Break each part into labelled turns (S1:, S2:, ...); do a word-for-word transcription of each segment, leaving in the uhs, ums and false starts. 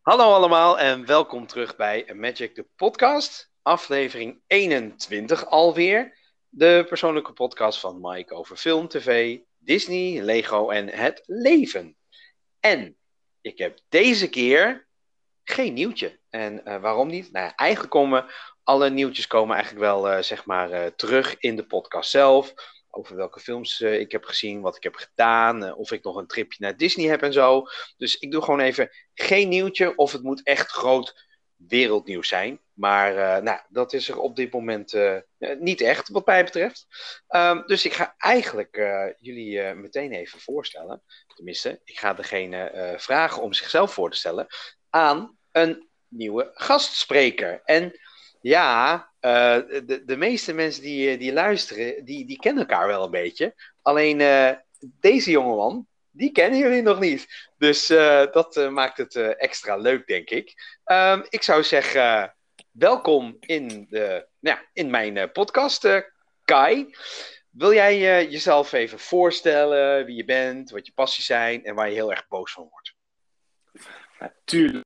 S1: Hallo allemaal en welkom terug bij Magic de Podcast, aflevering eenentwintig alweer. De persoonlijke podcast van Mike over film, tv, Disney, Lego en het leven. En ik heb deze keer geen nieuwtje. En uh, waarom niet? Nou, ja, eigenlijk komen alle nieuwtjes komen eigenlijk wel uh, zeg maar uh, terug in de podcast zelf. Over welke films uh, ik heb gezien, wat ik heb gedaan, uh, of ik nog een tripje naar Disney heb en zo. Dus ik doe gewoon even geen nieuwtje, of het moet echt groot wereldnieuws zijn. Maar uh, nou, dat is er op dit moment uh, niet echt, wat mij betreft. Um, dus ik ga eigenlijk uh, jullie uh, meteen even voorstellen. Tenminste, ik ga degene uh, vragen om zichzelf voor te stellen aan een nieuwe gastspreker. En ja, uh, de, de meeste mensen die, die luisteren, die, die kennen elkaar wel een beetje. Alleen uh, deze jongeman, die kennen jullie nog niet. Dus uh, dat uh, maakt het uh, extra leuk, denk ik. Um, ik zou zeggen, uh, welkom in, de, nou ja, in mijn uh, podcast, uh, Kai. Wil jij uh, jezelf even voorstellen, wie je bent, wat je passies zijn en waar je heel erg boos van wordt?
S2: Natuurlijk.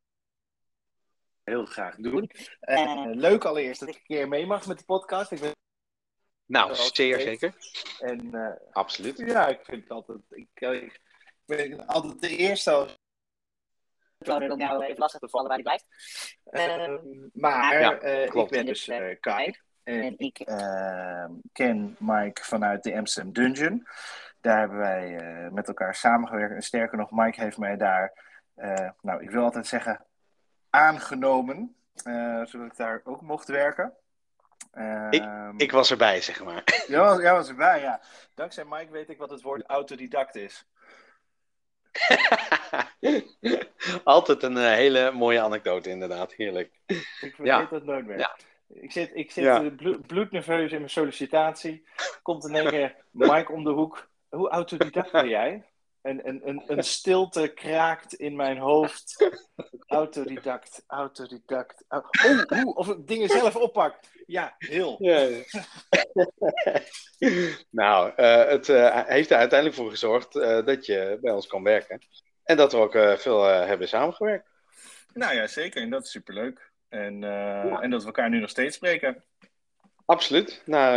S2: Heel graag doen. Uh, leuk allereerst dat ik een keer mee mag met de podcast. Ik ben
S1: nou, zeer zeker.
S2: En, uh,
S1: Absoluut.
S2: Ja, ik vind het altijd... Ik, ik ben altijd de eerste als... Ik wil jou even lastig te vallen waar die blijft. Uh, maar ja, uh, ik ben dus uh, Kai. En ik uh, ken Mike vanuit de Amsterdam Dungeon. Daar hebben wij uh, met elkaar samengewerkt. En sterker nog, Mike heeft mij daar... Uh, nou, ik wil altijd zeggen... aangenomen, uh, zodat ik daar ook mocht werken.
S1: Uh, ik, ik was erbij, zeg maar.
S2: Jij was, jij was erbij, ja. Dankzij Mike weet ik wat het woord autodidact is.
S1: Altijd een uh, hele mooie anekdote, inderdaad. Heerlijk.
S2: Ik vergeet
S1: ja.
S2: dat nooit meer. Ja. Ik zit, ik zit
S1: ja.
S2: bloed, bloednerveus in mijn sollicitatie. Komt in één keer Mike om de hoek. Hoe autodidact ben jij? En een, een, een stilte kraakt in mijn hoofd. Autodidact, autodidact. Oh, hoe, of ik dingen zelf oppak. Ja, heel.
S1: Ja, ja. nou, uh, het uh, heeft er uiteindelijk voor gezorgd uh, dat je bij ons kan werken. En dat we ook uh, veel uh, hebben samengewerkt.
S2: Nou ja, zeker. En dat is superleuk. En, uh, ja. en dat we elkaar nu nog steeds spreken.
S1: Absoluut. Nou,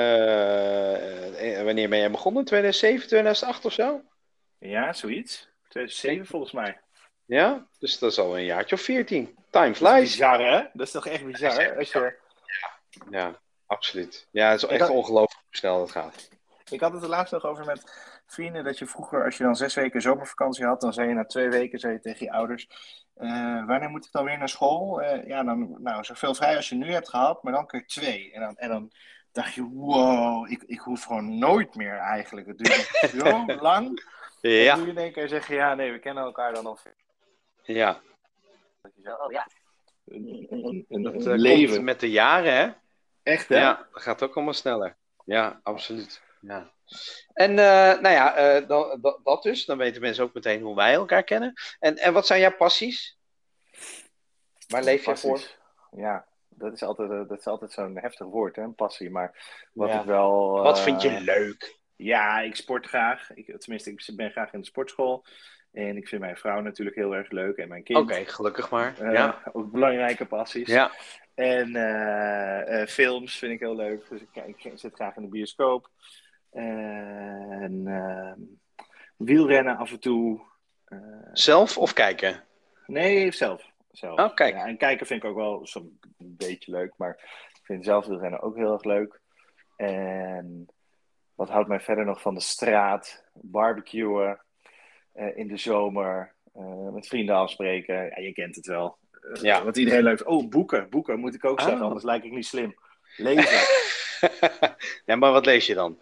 S1: uh, wanneer ben jij begonnen? tweeduizend zeven, tweeduizend acht of zo?
S2: Ja, zoiets. tweeduizend zeven volgens mij.
S1: Ja, dus dat is al een jaartje of veertien. Time flies.
S2: Dat is bizar, hè? Dat is toch echt bizar, hè? Als je...
S1: ja, ja, absoluut. Ja, het is echt had... ongelooflijk hoe snel dat gaat.
S2: Ik had het er laatst nog over met vrienden, dat je vroeger, als je dan zes weken zomervakantie had, dan zei je na twee weken zei je tegen je ouders, uh, wanneer moet ik dan weer naar school? Uh, ja, dan, nou, zoveel vrij als je nu hebt gehad, maar dan keer twee. En dan, en dan dacht je, wow, ik, ik hoef gewoon nooit meer eigenlijk. Het duurt zo lang.
S1: Ja.
S2: En nu in één keer zeggen, ja, nee, we kennen elkaar dan al.
S1: Ja.
S2: Oh ja.
S1: En, en dat uh, leven. Komt met de jaren, hè?
S2: Echt, hè?
S1: Ja, dat gaat ook allemaal sneller. Ja, absoluut. Ja. En uh, nou ja, uh, dat, dat, dat dus. Dan weten mensen ook meteen hoe wij elkaar kennen. En, en wat zijn jouw passies? Waar leef je voor?
S2: Ja, dat is altijd, uh, dat is altijd zo'n heftig woord, hè? Een passie. Maar wat
S1: ja.
S2: ik wel... Uh,
S1: wat vind je leuk?
S2: Ja, ik sport graag. Ik, tenminste, ik ben graag in de sportschool. En ik vind mijn vrouw natuurlijk heel erg leuk. En mijn kind.
S1: Oké, okay, gelukkig maar.
S2: Uh,
S1: ja.
S2: Ook belangrijke passies.
S1: Ja.
S2: En uh, uh, films vind ik heel leuk. Dus ik, ik zit graag in de bioscoop. En uh, wielrennen af en toe. Uh,
S1: zelf of kijken?
S2: Nee, zelf. zelf.
S1: Oh, kijk.
S2: Ja, en kijken vind ik ook wel zo'n beetje leuk. Maar ik vind zelf wielrennen ook heel erg leuk. En wat houdt mij verder nog van de straat? Barbecuen. Uh, in de zomer. Uh, met vrienden afspreken. Ja, je kent het wel. Uh, ja. Wat iedereen leuk vindt. Oh, boeken. Boeken moet ik ook oh. zeggen. Anders lijk ik niet slim. Lezen.
S1: Ja, maar wat lees je dan?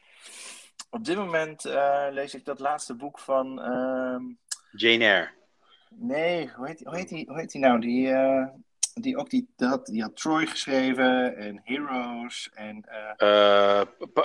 S2: Op dit moment uh, lees ik dat laatste boek van... Uh...
S1: Jane Eyre.
S2: Nee, hoe heet, hoe heet, die, hoe heet die nou? Die, uh, die, ook die, die, had, die had Troy geschreven en Heroes en...
S1: Uh... Uh,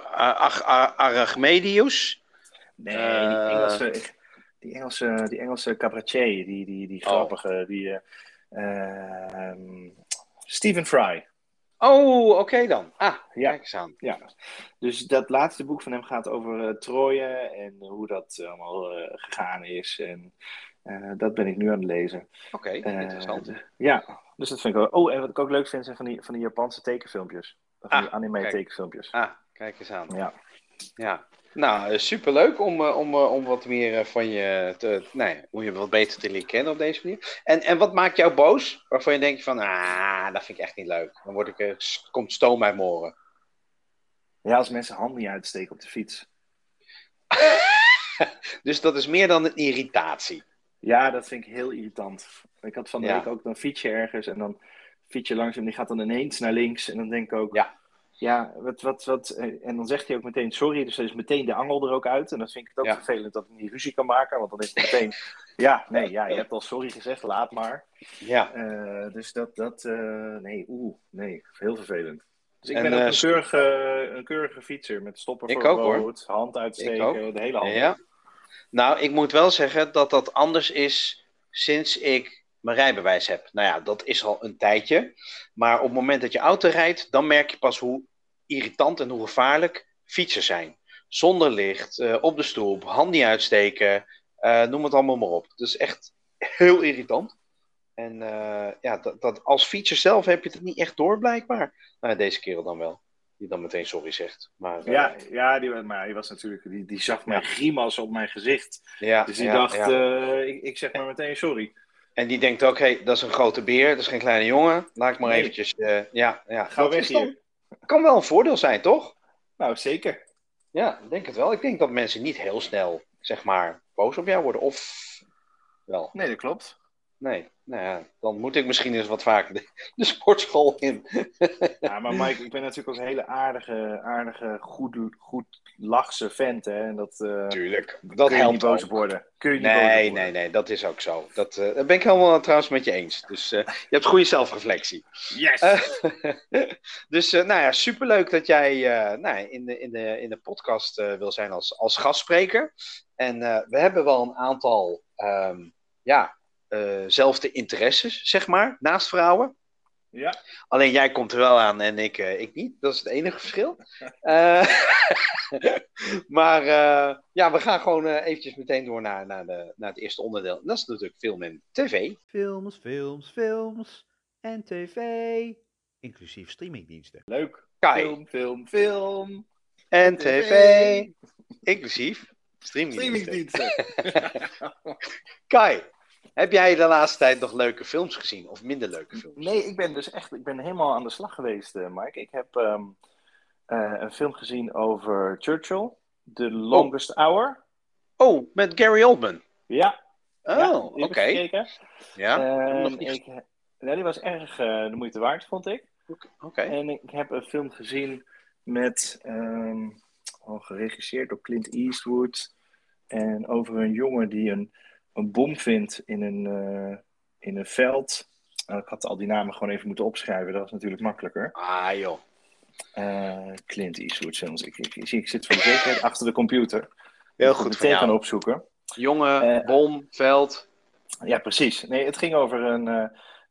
S1: Arachmedius?
S2: Nee, uh... die Engelse... Die Engelse, die Engelse cabaretier, die, die, die grappige, oh. die... Uh, uh, Stephen Fry.
S1: Oh, oké okay dan. Ah,
S2: ja.
S1: Kijk eens aan.
S2: Ja. Dus dat laatste boek van hem gaat over uh, Troje en hoe dat allemaal uh, gegaan is. En Uh, dat ben ik nu aan het lezen.
S1: Oké, okay, uh, interessant.
S2: Ja, dus dat vind ik wel. Oh, en wat ik ook leuk vind zijn van die, van die Japanse tekenfilmpjes. Van ah, die anime kijk. tekenfilmpjes.
S1: Ah, kijk eens aan.
S2: Ja.
S1: Ja. Nou, superleuk om, om, om wat meer van je te, nee, om je wat beter te leren kennen op deze manier. En, en wat maakt jou boos? Waarvan je denkt van, ah, dat vind ik echt niet leuk. Dan word ik, komt stoom uit mijn oren.
S2: Ja, als mensen handen niet uitsteken op de fiets.
S1: Dus dat is meer dan een irritatie.
S2: Ja, dat vind ik heel irritant. Ik had van de
S1: ja.
S2: week ook, dan fiets je ergens en dan fiets je langs en die gaat dan ineens naar links. En dan denk ik ook,
S1: ja,
S2: ja wat, wat, wat. En dan zegt hij ook meteen sorry, dus dan is meteen de angel er ook uit. En dan vind ik het ook ja. vervelend dat hij niet ruzie kan maken, want dan is het meteen, ja, nee, ja, je hebt al sorry gezegd, laat maar.
S1: Ja.
S2: Uh, dus dat, dat, uh, nee, oeh, nee, heel vervelend. Dus ik
S1: en,
S2: ben ook
S1: uh,
S2: een, keurige, een keurige fietser met stoppen voor
S1: ook,
S2: rood, hoor. Hand uitsteken, de hele hand.
S1: Ja. Nou, ik moet wel zeggen dat dat anders is sinds ik mijn rijbewijs heb. Nou ja, dat is al een tijdje. Maar op het moment dat je auto rijdt, dan merk je pas hoe irritant en hoe gevaarlijk fietsers zijn. Zonder licht, uh, op de stoep, hand niet uitsteken, uh, noem het allemaal maar op. Dat is echt heel irritant. En uh, ja, dat, dat, als fietser zelf heb je het niet echt door, blijkbaar. Nou, deze kerel dan wel. Die dan meteen sorry zegt. Maar, uh...
S2: ja, ja die, maar die was natuurlijk, die, die zag mijn ja. grimas op mijn gezicht.
S1: Ja,
S2: dus die
S1: ja,
S2: dacht,
S1: ja.
S2: Uh, ik, ik zeg maar meteen sorry.
S1: En die denkt ook, hé, hey, dat is een grote beer, dat is geen kleine jongen. Laat ik maar nee. eventjes, uh, ja, ja.
S2: Ga
S1: dat
S2: weg
S1: is dan,
S2: hier.
S1: Kan wel een voordeel zijn, toch?
S2: Nou, zeker.
S1: Ja, ik denk het wel. Ik denk dat mensen niet heel snel, zeg maar, boos op jou worden. Of wel.
S2: Nee, dat klopt.
S1: Nee, nou ja, dan moet ik misschien eens wat vaker de, de sportschool in.
S2: Ja, maar Mike, ik ben natuurlijk ook een hele aardige, aardige goed, goed lachse vent, hè. En dat, uh,
S1: Tuurlijk, dat
S2: kun je
S1: helpt
S2: niet boos
S1: ook.
S2: op worden. Kun je niet
S1: nee,
S2: boos op worden.
S1: nee, nee, dat is ook zo. Dat, uh, dat ben ik helemaal trouwens met je eens. Dus uh, je hebt goede zelfreflectie.
S2: Yes!
S1: Uh, dus uh, nou ja, superleuk dat jij uh, nou, in, de, in, de, in de podcast uh, wil zijn als, als gastspreker. En uh, we hebben wel een aantal, um, ja... Uh, zelfde interesses, zeg maar, naast vrouwen.
S2: Ja.
S1: Alleen jij komt er wel aan en ik, uh, ik niet. Dat is het enige verschil. Uh, maar uh, ja, we gaan gewoon uh, eventjes meteen door naar, naar, de, naar het eerste onderdeel. En dat is natuurlijk film en tv.
S3: Films, films, films en tv. Inclusief streamingdiensten.
S2: Leuk.
S1: Kai.
S2: Film, film, film.
S1: En tv. tv. Inclusief streamingdiensten.
S2: streamingdiensten.
S1: Kai. Heb jij de laatste tijd nog leuke films gezien? Of minder leuke films?
S2: Nee, ik ben dus echt ik ben helemaal aan de slag geweest, uh, Mike. Ik heb um, uh, een film gezien over Churchill. The Longest oh. Hour.
S1: Oh, met Gary Oldman?
S2: Ja.
S1: Oh,
S2: ja,
S1: oké. Okay.
S2: Ja,
S1: uh,
S2: nog niet... ik, nou, die was erg uh, de moeite waard, vond ik.
S1: Oké. Okay.
S2: En ik heb een film gezien met... Um, oh, geregisseerd door Clint Eastwood. En over een jongen die een... een bom vindt in een, uh, in een veld. Uh, ik had al die namen gewoon even moeten opschrijven. Dat was natuurlijk makkelijker.
S1: Ah, joh.
S2: Uh, Clint Eastwood films. Ik, ik, ik, ik zit voor de zekerheid achter de computer.
S1: Heel goed
S2: meteen gaan opzoeken.
S1: Jongen, uh, bom, veld.
S2: Ja, precies. Nee, het ging over een... Uh,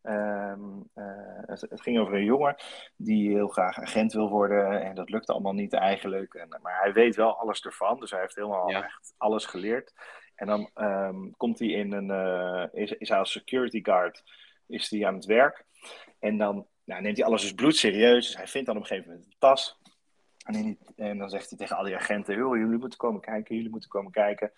S2: um, uh, het, het ging over een jongen die heel graag agent wil worden. En dat lukt allemaal niet eigenlijk. En, maar hij weet wel alles ervan. Dus hij heeft helemaal ja. echt alles geleerd. En dan um, komt hij in een, uh, is, is hij als security guard, is hij aan het werk. En dan nou, neemt hij alles dus bloedserieus. Dus hij vindt dan op een gegeven moment een tas. En, die, en dan zegt hij tegen al die agenten, jullie moeten komen kijken, jullie moeten komen kijken.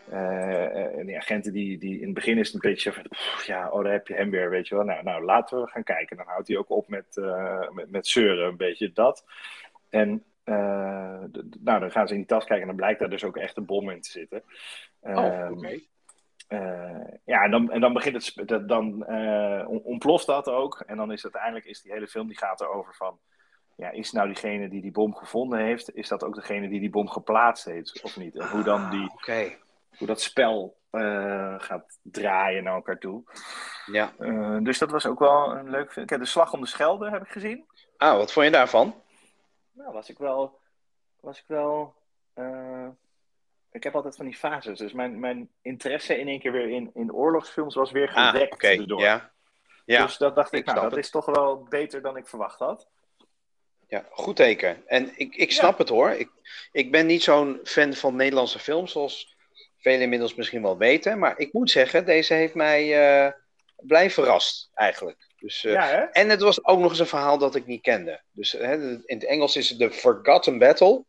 S2: Uh, en die agenten, die, die in het begin is het een beetje van, ja, oh, daar heb je hem weer, weet je wel. Nou, nou laten we gaan kijken. Dan houdt hij ook op met, uh, met, met zeuren, een beetje dat. En Uh, de, nou, dan gaan ze in die tas kijken en dan blijkt daar dus ook echt een bom in te zitten.
S1: Uh, oh, oké. Okay.
S2: Uh, ja, en dan, en dan begint het, dan uh, ontploft dat ook. En dan is uiteindelijk is die hele film die gaat erover van, ja, is nou diegene die die bom gevonden heeft, is dat ook degene die die bom geplaatst heeft of niet? En hoe dan die,
S1: ah, okay.
S2: hoe dat spel uh, gaat draaien naar elkaar toe.
S1: Ja.
S2: Uh, dus dat was ook wel een leuk film. Ik heb De Slag om de Schelde heb ik gezien.
S1: Ah, wat vond je daarvan?
S2: Nou, was ik wel... Was ik wel... Uh, ik heb altijd van die fases. Dus mijn, mijn interesse in één keer weer in, in oorlogsfilms was weer gewekt.
S1: Ah, okay.
S2: erdoor.
S1: Ja. Ja.
S2: Dus dat dacht ik,
S1: ik
S2: nou, dat
S1: het.
S2: is toch wel beter dan ik verwacht had.
S1: Ja, goed teken. En ik, ik snap ja. het hoor. Ik, ik ben niet zo'n fan van Nederlandse films zoals velen inmiddels misschien wel weten. Maar ik moet zeggen, deze heeft mij uh, blij verrast eigenlijk. Dus, uh,
S2: ja, hè?
S1: En het was ook nog eens een verhaal dat ik niet kende. Dus uh, in het Engels is het de Forgotten Battle.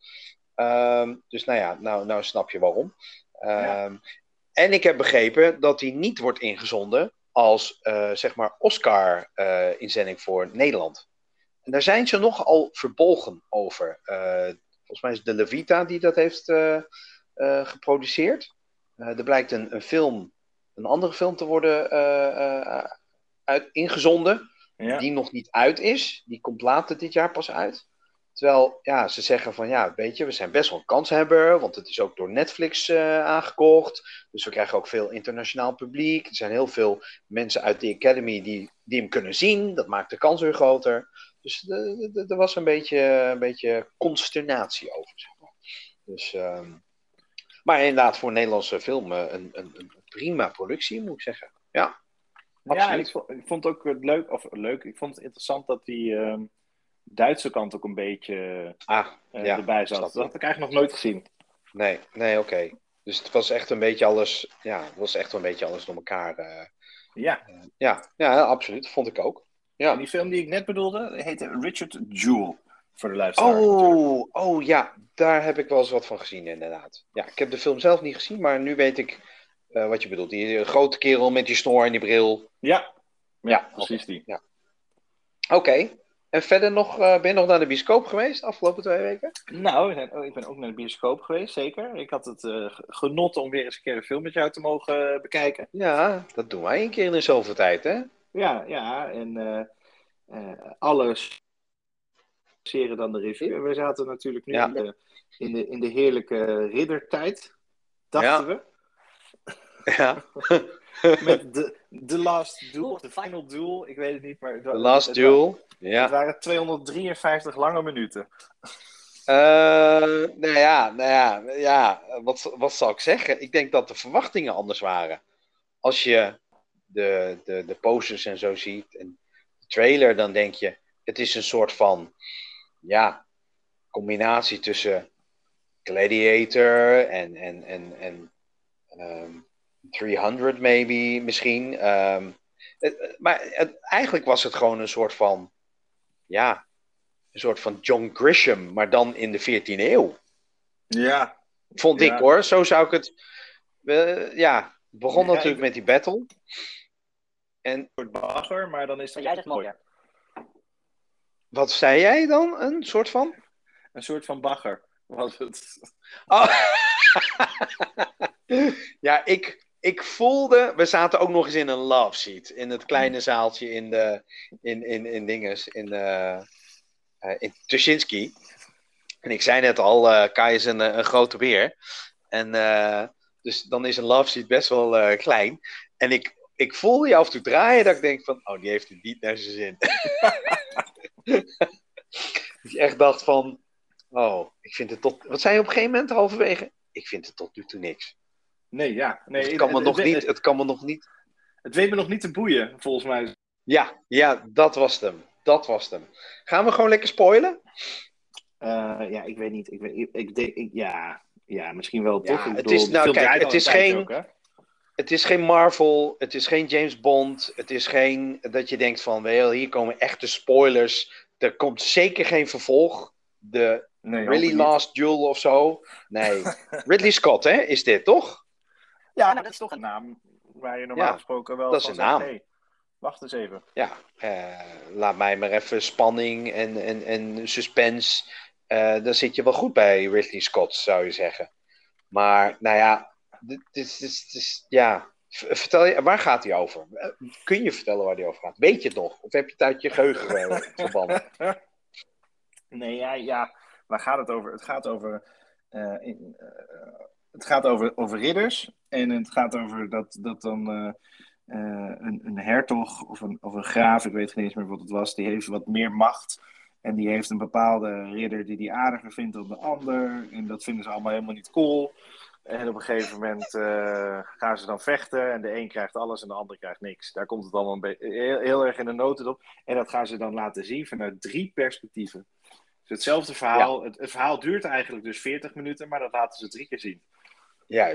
S1: Um, dus nou ja, nou, nou snap je waarom. Um, ja. En ik heb begrepen dat die niet wordt ingezonden als uh, zeg maar Oscar-inzending uh, voor Nederland. En daar zijn ze nogal verbolgen over. Uh, volgens mij is het de Levita die dat heeft uh, uh, geproduceerd. Uh, er blijkt een, een film, een andere film te worden uh, uh, uit, ingezonden. Ja. Die nog niet uit is. Die komt later dit jaar pas uit. Terwijl ja, ze zeggen van ja, weet je, we zijn best wel een kanshebber. Want het is ook door Netflix uh, aangekocht. Dus we krijgen ook veel internationaal publiek. Er zijn heel veel mensen uit de Academy die, die hem kunnen zien. Dat maakt de kans weer groter. Dus er was een beetje, een beetje consternatie over. Zeg maar. Dus, um, maar inderdaad, voor een Nederlandse film een, een, een prima productie, moet ik zeggen. Ja,
S2: ja ik, vond, ik vond het ook leuk, of leuk, ik vond het interessant dat die um, Duitse kant ook een beetje
S1: ah,
S2: uh,
S1: ja,
S2: erbij zat. Dat had ik eigenlijk nog nooit gezien.
S1: Nee, nee, oké. Okay. Dus het was echt een beetje alles, ja, het was echt een beetje alles door elkaar. Uh,
S2: ja.
S1: Uh, ja. Ja, absoluut. Vond ik ook. Ja.
S2: En die film die ik net bedoelde, heette Richard Jewell, voor de luisteraar.
S1: Oh, oh ja, daar heb ik wel eens wat van gezien inderdaad. Ja, ik heb de film zelf niet gezien, maar nu weet ik uh, wat je bedoelt. Die uh, grote kerel met die snor en die bril.
S2: Ja, ja, ja precies die.
S1: Ja. Oké, okay. En verder nog, uh, ben je nog naar de bioscoop geweest de afgelopen twee weken?
S2: Nou, ik ben ook naar de bioscoop geweest, zeker. Ik had het uh, genot om weer eens een keer een film met jou te mogen uh, bekijken.
S1: Ja, dat doen wij een keer in de zoveel tijd, hè?
S2: Ja, ja, en uh, uh, alles serie dan de review. We zaten natuurlijk nu ja. in, de, in, de, in de heerlijke riddertijd, dachten ja. we.
S1: Ja.
S2: Met de, The Last Duel, of The Final Duel, ik weet het niet, maar...
S1: The Last het, Duel, het, ja.
S2: Het waren tweehonderddrieënvijftig lange minuten.
S1: Uh, nou ja, nou ja, ja wat, wat zal ik zeggen? Ik denk dat de verwachtingen anders waren. Als je de, de, de posters en zo ziet en de trailer, dan denk je, het is een soort van, ja, combinatie tussen Gladiator en, en, en, en um, driehonderd maybe, misschien. Um, het, maar het, eigenlijk was het gewoon een soort van, ja, een soort van John Grisham, maar dan in de veertiende eeuw.
S2: Ja.
S1: Vond
S2: ja.
S1: ik hoor, zo zou ik het, uh, ja, het begon
S2: ja,
S1: natuurlijk
S2: ik...
S1: met die battle. En
S2: een soort bagger, maar dan is het jij mooi.
S1: Wat zei jij dan? Een soort van?
S2: Een soort van bagger. Was het.
S1: Oh. Ja, ik, ik voelde... We zaten ook nog eens in een love seat. In het kleine zaaltje in de... In, in, in dinges. In, uh, uh, in Tuschinski. En ik zei net al, uh, Kai is een, een grote beer. En uh, dus dan is een love seat best wel uh, klein. En ik, ik voelde je af en toe draaien dat ik denk van... Oh, die heeft het niet naar zijn zin. Dat je echt dacht van... Oh, ik vind het tot... Wat zei je op een gegeven moment halverwege? Ik vind het tot nu toe niks.
S2: Nee, ja. Nee,
S1: het, kan me
S2: het,
S1: nog
S2: het,
S1: niet,
S2: het,
S1: het kan me nog niet...
S2: Het weet me nog niet te boeien, volgens mij.
S1: Ja, ja, dat was het hem. Dat was het hem. Gaan we gewoon lekker spoilen?
S2: Uh, ja, ik weet niet. Ik, weet, ik, ik denk... Ik, ja, ja, misschien wel toch.
S1: Ja,
S2: ik
S1: het
S2: bedoel,
S1: is, nou kijk, het is geen...
S2: Ook,
S1: het is geen Marvel, het is geen James Bond, het is geen... Dat je denkt van, wel, hier komen echte spoilers. Er komt zeker geen vervolg. De
S2: nee,
S1: Really Last Duel of zo. Nee. Ridley Scott, hè, is dit, toch?
S2: Ja, nou, dat is toch een naam waar je normaal ja, gesproken wel
S1: dat is
S2: van
S1: een
S2: zegt,
S1: naam.
S2: Hey, wacht eens even.
S1: Ja, uh, laat mij maar even spanning en, en, en suspense. Uh, dan zit je wel goed bij Ridley Scott, zou je zeggen. Maar, nou ja, dit is, dit is, dit is, ja... Vertel je, waar gaat hij over? Kun je vertellen waar hij over gaat? Weet je het nog? Of heb je het uit je geheugen verbannen?
S2: Nee, ja, ja, waar gaat het over? Het gaat over, uh, in, uh, het gaat over, over ridders. En het gaat over dat, dat dan uh, uh, een, een hertog of een, of een graaf, ik weet geen eens meer wat het was, die heeft wat meer macht. En die heeft een bepaalde ridder die die aardiger vindt dan de ander. En dat vinden ze allemaal helemaal niet cool. En op een gegeven moment uh, gaan ze dan vechten. En de een krijgt alles en de ander krijgt niks. Daar komt het allemaal een beetje, heel, heel erg in de notendop. En dat gaan ze dan laten zien vanuit drie perspectieven. Dus hetzelfde verhaal. Ja. Het, het verhaal duurt eigenlijk dus veertig minuten, maar dat laten ze drie keer zien.
S1: Juist.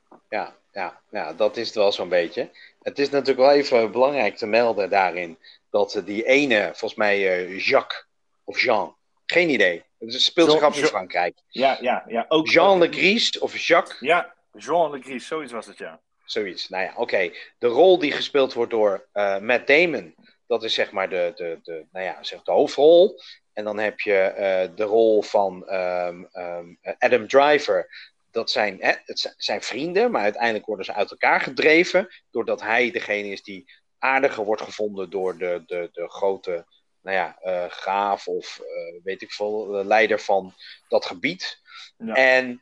S1: Ja, ja, ja, dat is het wel zo'n beetje. Het is natuurlijk wel even belangrijk te melden daarin dat die ene, volgens mij uh, Jacques of Jean, geen idee. Het speelt zich
S2: Jean,
S1: af in
S2: Jean,
S1: Frankrijk.
S2: ja, ja, ja. Ook,
S1: Jean
S2: ook,
S1: Le Gris of Jacques.
S2: Ja, Jean Le Gris, zoiets was het, ja.
S1: Zoiets. Nou ja, oké. Okay. De rol die gespeeld wordt door uh, Matt Damon, dat is zeg maar de, de, de, nou ja, zeg de hoofdrol. En dan heb je uh, de rol van um, um, Adam Driver. Dat zijn, hè, het zijn vrienden, maar uiteindelijk worden ze uit elkaar gedreven. Doordat hij degene is die aardiger wordt gevonden door de, de, de grote nou ja, uh, graaf of uh, weet ik veel, de leider van dat gebied. Ja. En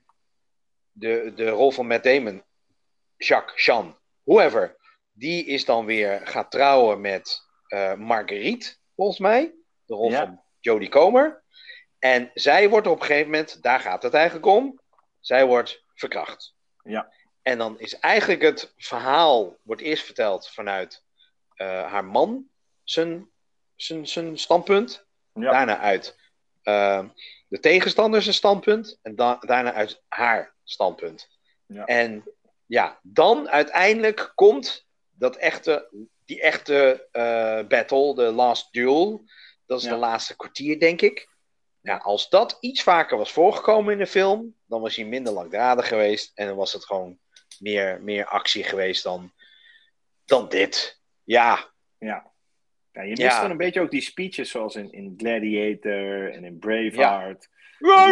S1: de, de rol van Matt Damon, Jacques, Jean, whoever, die is dan weer gaat trouwen met uh, Marguerite, volgens mij. De rol ja. van Jodie Comer. En zij wordt op een gegeven moment, daar gaat het eigenlijk om, zij wordt verkracht.
S2: Ja.
S1: En dan is eigenlijk het verhaal, wordt eerst verteld vanuit uh, haar man, zijn, zijn, zijn standpunt. Ja. Daarna uit uh, de tegenstander zijn standpunt. En da- daarna uit haar standpunt. Ja. En ja, dan uiteindelijk komt dat echte, die echte uh, battle, de last duel. Dat is ja. de laatste kwartier, denk ik. Ja, als dat iets vaker was voorgekomen in de film, dan was hij minder langdradig geweest. En dan was het gewoon meer, meer actie geweest dan, dan dit. Ja.
S2: Ja. Ja, je mist ja. dan een beetje ook die speeches zoals in, in Gladiator en in Braveheart.
S1: Ja,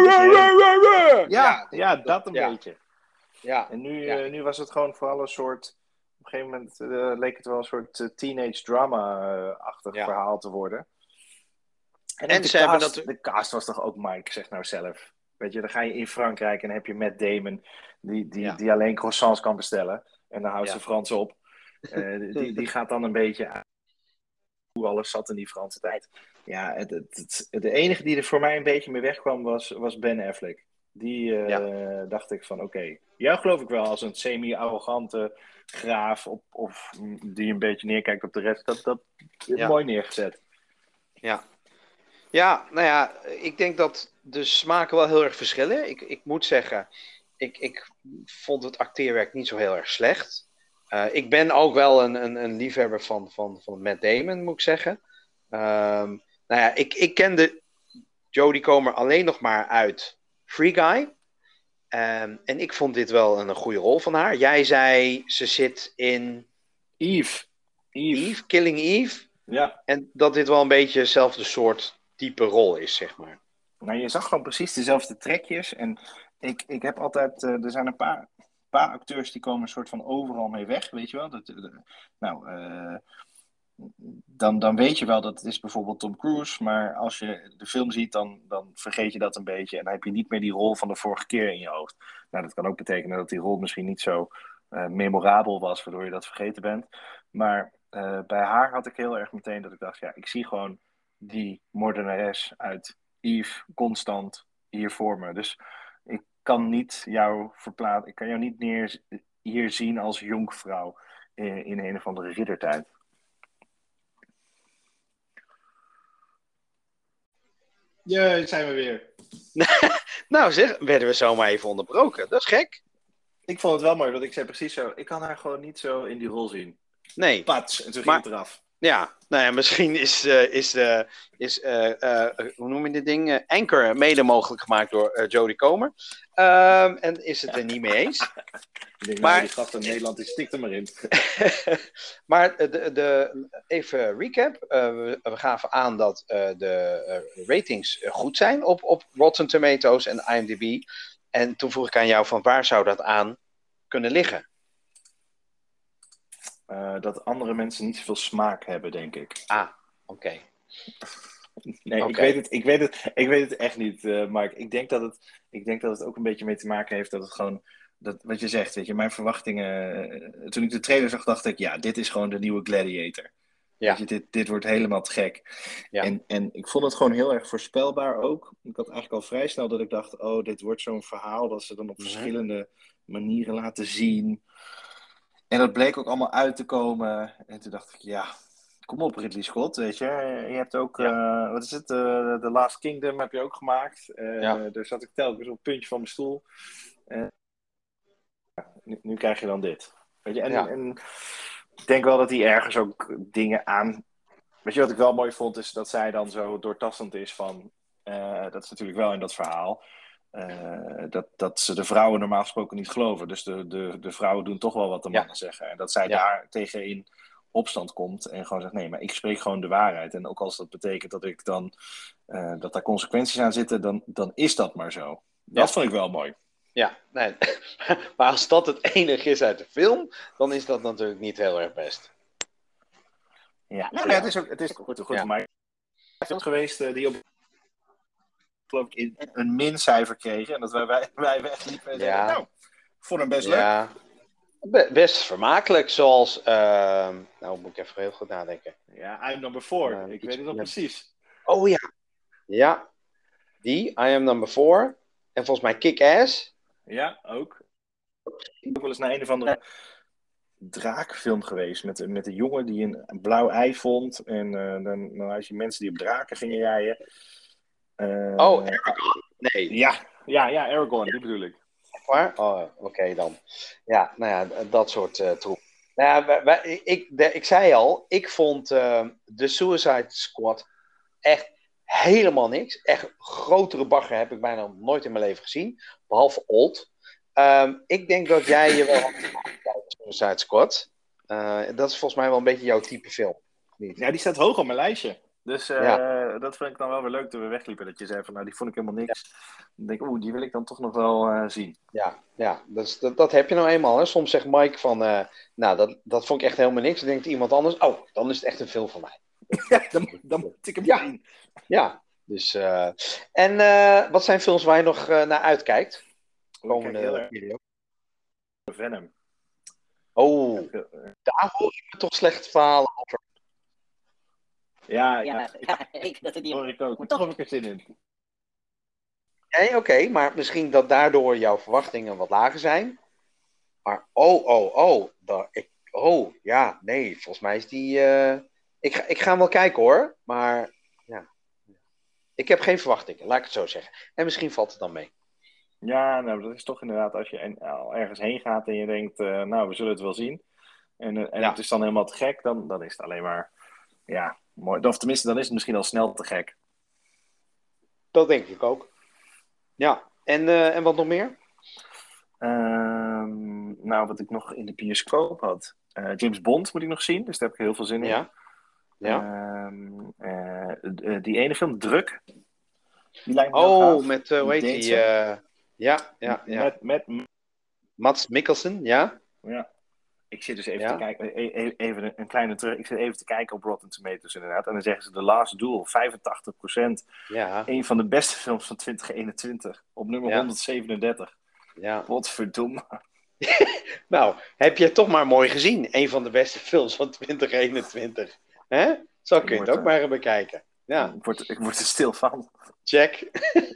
S2: ja, ja, ja dat een ja. beetje.
S1: Ja.
S2: En nu,
S1: ja.
S2: uh, nu was het gewoon vooral een soort... Op een gegeven moment uh, leek het wel een soort uh, teenage drama-achtig ja. verhaal te worden. En, en de, ze cast, dat... de cast was toch ook Mike, zeg nou zelf. Weet je, dan ga je in Frankrijk en dan heb je Matt Damon... die, die, ja. die alleen croissants kan bestellen. En dan houdt ja. ze Frans op. Uh, die, die gaat dan een beetje aan hoe alles zat in die Franse tijd. Ja, het, het, het, de enige die er voor mij een beetje mee wegkwam was, was Ben Affleck. Die uh, ja. dacht ik van, oké, okay, jou geloof ik wel als een semi-arrogante graaf... Op, of die een beetje neerkijkt op de rest. Dat, dat
S1: ja.
S2: mooi neergezet.
S1: Ja. Ja, nou ja, ik denk dat de smaken wel heel erg verschillen. Ik, ik moet zeggen, ik, ik vond het acteerwerk niet zo heel erg slecht. Uh, ik ben ook wel een, een, een liefhebber van, van, van Matt Damon, moet ik zeggen. Um, nou ja, ik, ik kende Jodie Comer alleen nog maar uit Free Guy. Um, en ik vond dit wel een, een goede rol van haar. Jij zei, ze zit in...
S2: Eve.
S1: Eve. Eve, Killing Eve.
S2: Ja.
S1: En dat dit wel een beetje hetzelfde soort type rol is, zeg maar.
S2: Nou, je zag gewoon precies dezelfde trekjes. En ik, ik heb altijd... Uh, er zijn een paar, paar acteurs die komen een soort van overal mee weg, weet je wel. Dat, uh, nou, uh, dan, dan weet je wel dat het is bijvoorbeeld Tom Cruise. Maar als je de film ziet, dan, dan vergeet je dat een beetje. En dan heb je niet meer die rol van de vorige keer in je hoofd. Nou, dat kan ook betekenen dat die rol misschien niet zo uh, memorabel was, waardoor je dat vergeten bent. Maar uh, bij haar had ik heel erg meteen dat ik dacht, ja, ik zie gewoon die moordenares uit Eve constant hier voor me. Dus ik kan niet jou verplaatsen, ik kan jou niet neer hier zien als jonkvrouw in, in een of andere riddertijd. Ja, zijn we weer.
S1: Nou zeg, werden we zomaar even onderbroken. Dat is gek.
S2: Ik vond het wel mooi, want ik zei precies zo, ik kan haar gewoon niet zo in die rol zien.
S1: Nee.
S2: Pats, en toen ging
S1: maar,
S2: het eraf.
S1: Ja, nou ja, misschien is, uh, is, uh, is uh, uh, hoe noem je dit ding? Uh, Anchor mede mogelijk gemaakt door uh, Jodie Comer. Um, en is het er niet mee eens.
S2: Ik denk, maar nou, die gast in Nederland, die stikt er maar in.
S1: Maar de, de, even recap. Uh, we, we gaven aan dat uh, de uh, ratings goed zijn op, op Rotten Tomatoes en I M D B. En toen vroeg ik aan jou van waar zou dat aan kunnen liggen?
S2: Uh, dat andere mensen niet zoveel smaak hebben, denk ik.
S1: Ah, oké. Okay.
S2: Nee, okay. ik, weet het, ik, weet het, ik weet het echt niet, uh, Mark. Ik denk, dat het, ik denk dat het ook een beetje mee te maken heeft dat het gewoon... Dat, wat je zegt, weet je, mijn verwachtingen... Uh, toen ik de trailer zag, dacht ik... Ja, dit is gewoon de nieuwe Gladiator. Ja. Weet je, dit, dit wordt helemaal te gek. Ja. En, en ik vond het gewoon heel erg voorspelbaar ook. Ik had eigenlijk al vrij snel dat ik dacht... Oh, dit wordt zo'n verhaal dat ze dan op mm-hmm. verschillende manieren laten zien... En dat bleek ook allemaal uit te komen. En toen dacht ik, ja, kom op Ridley Scott, weet je. Je hebt ook, ja. uh, wat is het, uh, The Last Kingdom heb je ook gemaakt. Uh, ja. Daar zat ik telkens op het puntje van mijn stoel. Uh, nu, nu krijg je dan dit. Weet je, en,
S1: Ja.
S2: en ik denk wel dat hij ergens ook dingen aan... Weet je wat ik wel mooi vond, is dat zij dan zo doortastend is van... Uh, dat is natuurlijk wel in dat verhaal... Uh, dat, dat ze de vrouwen normaal gesproken niet geloven. Dus de, de, de vrouwen doen toch wel wat de mannen ja. zeggen. En dat zij ja. daar tegen in opstand komt en gewoon zegt... nee, maar ik spreek gewoon de waarheid. En ook als dat betekent dat ik dan... Uh, dat daar consequenties aan zitten, dan, dan is dat maar zo. Dat ja. vond ik wel mooi.
S1: Ja, nee. Maar als dat het enige is uit de film... dan is dat natuurlijk niet heel erg best.
S2: Ja, nou, ja. het is ook het is goed, goed ja. voor mij. Er zijn films geweest uh, die op... geloof ik in een mincijfer kregen. En dat wij, wij, wij wegliepen en ja. zeiden, nou, ik vond hem best
S1: ja. leuk. Best vermakelijk, zoals... Uh, nou, moet ik even heel goed nadenken.
S2: Ja, I'm Number Four. Uh, ik weet het nog ja. precies.
S1: Oh ja. Ja. Die, I Am Number Four. En volgens mij Kick-Ass.
S2: Ja, ook. Ik ben wel eens naar een of andere draakfilm geweest. Met, met een jongen die een, een blauw ei vond. En uh, dan, dan had je mensen die op draken gingen rijden.
S1: Uh, oh, Aragorn? Nee.
S2: Ja, ja, ja Aragorn, die bedoel ik.
S1: Waar? Oh, oké okay dan. Ja, nou ja, dat soort uh, troep. Nou ja, wij, wij, ik, de, ik zei al, ik vond uh, de Suicide Squad echt helemaal niks. Echt grotere bagger heb ik bijna nooit in mijn leven gezien. Behalve Old. Um, ik denk dat jij je wel had Suicide Squad. Uh, dat is volgens mij wel een beetje jouw type film. Niet?
S2: Ja, die staat hoog op mijn lijstje. Dus uh, ja. dat vind ik dan wel weer leuk toen we wegliepen. Dat je zei van, nou, die vond ik helemaal niks. Ja. Dan denk ik, oeh, die wil ik dan toch nog wel uh, zien.
S1: Ja, ja dus dat, dat heb je nou eenmaal. Hè. Soms zegt Mike van, uh, nou, dat, dat vond ik echt helemaal niks. Dan denkt iemand anders, oh, dan is het echt een film van mij.
S2: Ja, dan, dan moet ik hem
S1: ja.
S2: zien.
S1: Ja, dus... Uh, en uh, wat zijn films waar je nog uh, naar uitkijkt?
S2: Komende video. Venom.
S1: Oh, uh, daar hoor ik me toch slechte verhalen over.
S2: Ja, ja, ja, ik, dat niet... hoor ik ook. Maar toch heb ik er zin in.
S1: Nee, oké, okay, maar misschien dat daardoor jouw verwachtingen wat lager zijn. Maar oh, oh, oh. Dat, ik, oh, ja, nee, volgens mij is die... Uh, ik, ga, ik ga hem wel kijken hoor, maar ja. Ik heb geen verwachtingen, laat ik het zo zeggen. En misschien valt het dan mee.
S2: Ja, nou, dat is toch inderdaad als je ergens heen gaat en je denkt, uh, nou, we zullen het wel zien. En, en ja. het is dan helemaal te gek, dan, dan is het alleen maar... Ja, mooi. Of tenminste, dan is het misschien al snel te gek.
S1: Dat denk ik ook. Ja, en, uh, en wat nog meer?
S2: Um, nou, wat ik nog in de bioscoop had. Uh, James Bond moet ik nog zien, dus daar heb ik heel veel zin in.
S1: Ja. ja.
S2: Um, uh, uh, die ene film, Druk. Die lijkt me
S1: oh,
S2: gaaf.
S1: met, uh, hoe heet die? Uh, ja, ja, ja.
S2: Met, met...
S1: Mads Mikkelsen, ja.
S2: Ja. Ik zit dus even ja. te kijken, even een kleine terug. Ik zit even te kijken op Rotten Tomatoes inderdaad. En dan zeggen ze The Last Duel, vijfentachtig procent.
S1: Ja.
S2: Een van de beste films van twintig eenentwintig. Op nummer ja. honderdzevenendertig.
S1: Ja.
S2: Wat verdomme.
S1: Nou, heb je toch maar mooi gezien. Een van de beste films van twintig eenentwintig. Hè? Zo kun je het ook er... maar even bekijken. Ja.
S2: Ik, word, ik word er stil van.
S1: Check.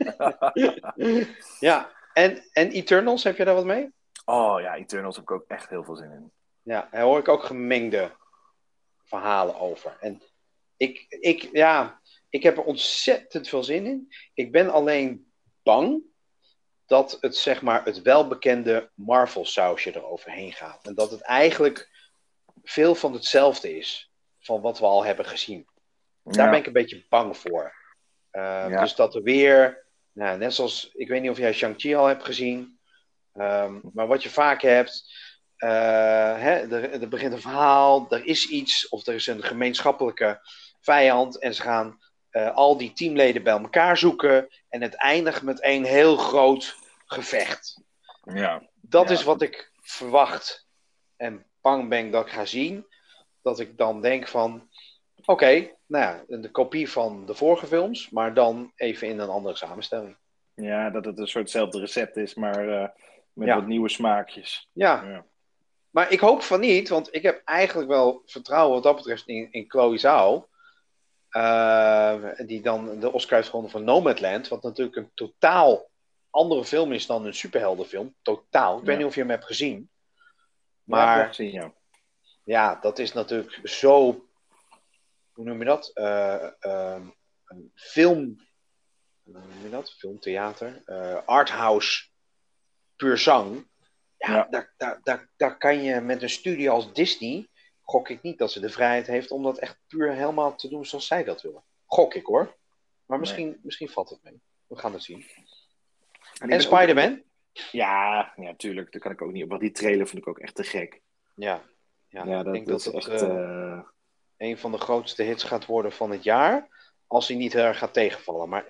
S1: Ja, en, en Eternals, heb je daar wat mee?
S2: Oh ja, Eternals heb ik ook echt heel veel zin in.
S1: Ja, daar hoor ik ook gemengde verhalen over. En ik, ik, ja, ik heb er ontzettend veel zin in. Ik ben alleen bang dat het, zeg maar, het welbekende Marvel-sausje eroverheen gaat. En dat het eigenlijk veel van hetzelfde is van wat we al hebben gezien. Daar ja. ben ik een beetje bang voor. Uh, ja. Dus dat er weer, nou, net zoals, ik weet niet of jij Shang-Chi al hebt gezien, um, maar wat je vaak hebt, uh, hè, er, er begint een verhaal, er is iets, of er is een gemeenschappelijke vijand, en ze gaan uh, al die teamleden bij elkaar zoeken, en het eindigt met een heel groot gevecht.
S2: Ja.
S1: Dat
S2: ja.
S1: is wat ik verwacht, en bang ben dat ik ga zien, dat ik dan denk van, oké, okay, nou ja, de kopie van de vorige films, maar dan even in een andere samenstelling.
S2: Ja, dat het een soortzelfde recept is, maar uh, met ja. wat nieuwe smaakjes.
S1: Ja. ja, maar ik hoop van niet, want ik heb eigenlijk wel vertrouwen wat dat betreft in, in Chloe Zhao, uh, die dan de Oscar heeft gewonnen voor Nomadland, wat natuurlijk een totaal andere film is dan een superheldenfilm. Totaal. Ik ja. weet niet of je hem hebt gezien. Maar
S2: ja, gezien, ja.
S1: ja, dat is natuurlijk zo... Hoe noem je dat? Uh, uh, een film... Hoe noem je dat? Filmtheater. Uh, arthouse puur zang. Ja,
S2: Ja.
S1: Daar, daar, daar, daar kan je met een studio als Disney, gok ik niet dat ze de vrijheid heeft om dat echt puur helemaal te doen zoals zij dat willen. Gok ik hoor. Maar misschien,
S2: Nee.
S1: misschien valt het mee. We gaan het zien.
S2: En,
S1: En Spider-Man?
S2: Ja, ja, tuurlijk. Daar kan ik ook niet op. Want die trailer vond ik ook echt te gek.
S1: Ja. Ja,
S2: Ja,
S1: ik
S2: dat,
S1: denk
S2: dat
S1: dat
S2: is
S1: het
S2: echt...
S1: uh,
S2: uh...
S1: een van de grootste hits gaat worden van het jaar. Als hij niet heel erg gaat tegenvallen. Maar...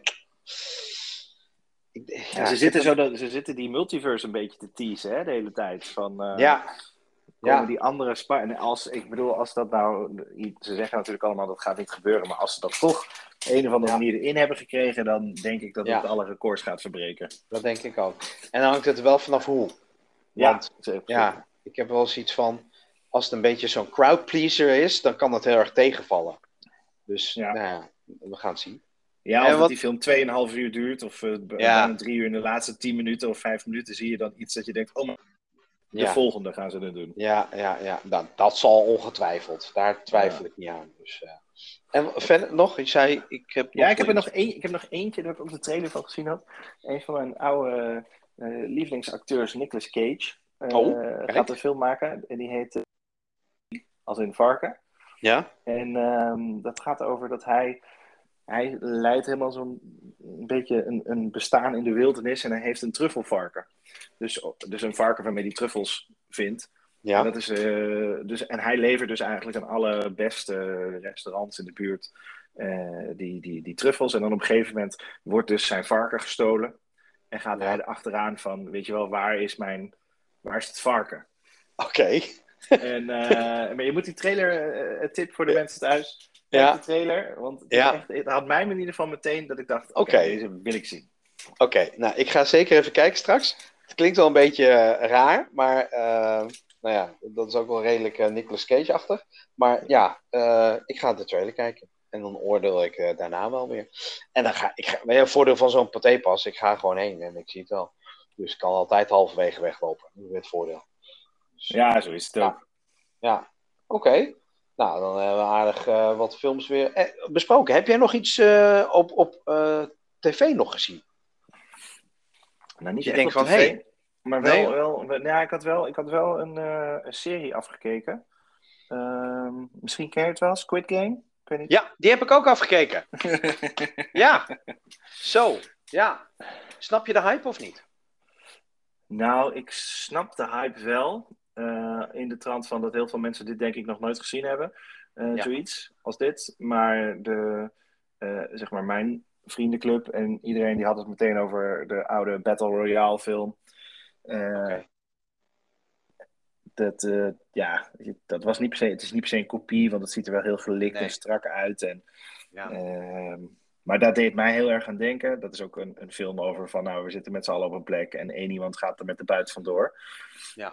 S2: Ik, ja, ja, ze, zitten zo dat, ze zitten die multiverse een beetje te teasen, hè, de hele tijd. Van, uh,
S1: ja.
S2: Komen
S1: ja.
S2: die andere Spider... En als, ik bedoel, als dat nou... Ze zeggen natuurlijk allemaal dat gaat niet gebeuren. Maar als ze dat toch op een of andere ja. manier erin hebben gekregen... dan denk ik dat ja. het alle records gaat verbreken.
S1: Dat denk ik ook. En dan hangt het er wel vanaf hoe. Want ja, ja ik heb wel zoiets van... Als het een beetje zo'n crowdpleaser is... dan kan dat heel erg tegenvallen. Dus ja. Nou ja, we gaan het zien.
S2: Ja, of en dat wat... die film twee en een half uur duurt... of uh, ja. bijna drie uur in de laatste tien minuten of vijf minuten... zie je dan iets dat je denkt... oh, maar de ja. volgende gaan ze dan doen.
S1: Ja, ja, ja. Nou, dat zal ongetwijfeld. Daar twijfel ja. ik niet aan. Dus, uh... En verder nog? Je zei... Ik heb
S2: ja, ik heb, er nog een, ik heb nog eentje dat ik op de trailer van gezien had. Een van mijn oude uh, lievelingsacteurs, Nicolas Cage... Uh, oh, gaat een film maken. En die heet... Uh, als in varken.
S1: Ja.
S2: En um, dat gaat over dat hij... Hij leidt helemaal zo'n een beetje een, een bestaan in de wildernis en hij heeft een truffelvarken. Dus, dus een varken waarmee hij truffels vindt. Ja. En, dat is, uh, dus, en hij levert dus eigenlijk aan alle beste restaurants in de buurt uh, die, die, die truffels. En dan op een gegeven moment wordt dus zijn varken gestolen. En gaat ja. hij er achteraan van, weet je wel, waar is mijn, waar is het varken?
S1: Oké. Okay.
S2: En, uh, maar je moet die trailer, uh, tip voor de mensen thuis... Kijk ja. de trailer, want het, ja. echt, het had mij in ieder geval meteen dat ik dacht, oké, okay, okay. deze wil ik zien.
S1: Oké, okay. Nou, ik ga zeker even kijken straks. Het klinkt wel een beetje uh, raar, maar uh, nou ja, dat is ook wel redelijk uh, Nicolas Cage-achtig. Maar ja, uh, ik ga de trailer kijken en dan oordeel ik uh, daarna wel weer. En dan ga ik, ga, weet je, het voordeel van zo'n patépas, ik ga gewoon heen en ik zie het wel. Dus ik kan altijd halverwege weglopen, dat is het voordeel.
S2: Dus, ja, zo is het ook.
S1: Ja, ja. oké. Okay. Nou, dan hebben we aardig uh, wat films weer eh, besproken. Heb jij nog iets uh, op, op uh, tv nog gezien?
S2: Nou, niet
S1: je
S2: echt
S1: denkt
S2: op
S1: van, hé. Hey,
S2: maar wel, nee, wel, wel ja, ik had wel, ik had wel een, uh, een serie afgekeken. Uh, misschien ken je het wel, Squid Game? Ik weet niet.
S1: Ja, die heb ik ook afgekeken. Ja, zo, ja. Snap je de hype of niet?
S2: Nou, ik snap de hype wel. Uh, in de trant van dat heel veel mensen dit denk ik nog nooit gezien hebben. Uh, ja. Zoiets als dit. Maar, de, uh, zeg maar mijn vriendenclub en iedereen die had het meteen over de oude Battle Royale film. Uh, okay. Dat, uh, ja, dat was niet per se, het is niet per se een kopie, want het ziet er wel heel gelikt nee. en strak uit. En, ja. uh, maar dat deed mij heel erg aan denken. Dat is ook een, een film over van, nou, we zitten met z'n allen op een plek en één iemand gaat er met de buit vandoor.
S1: Ja.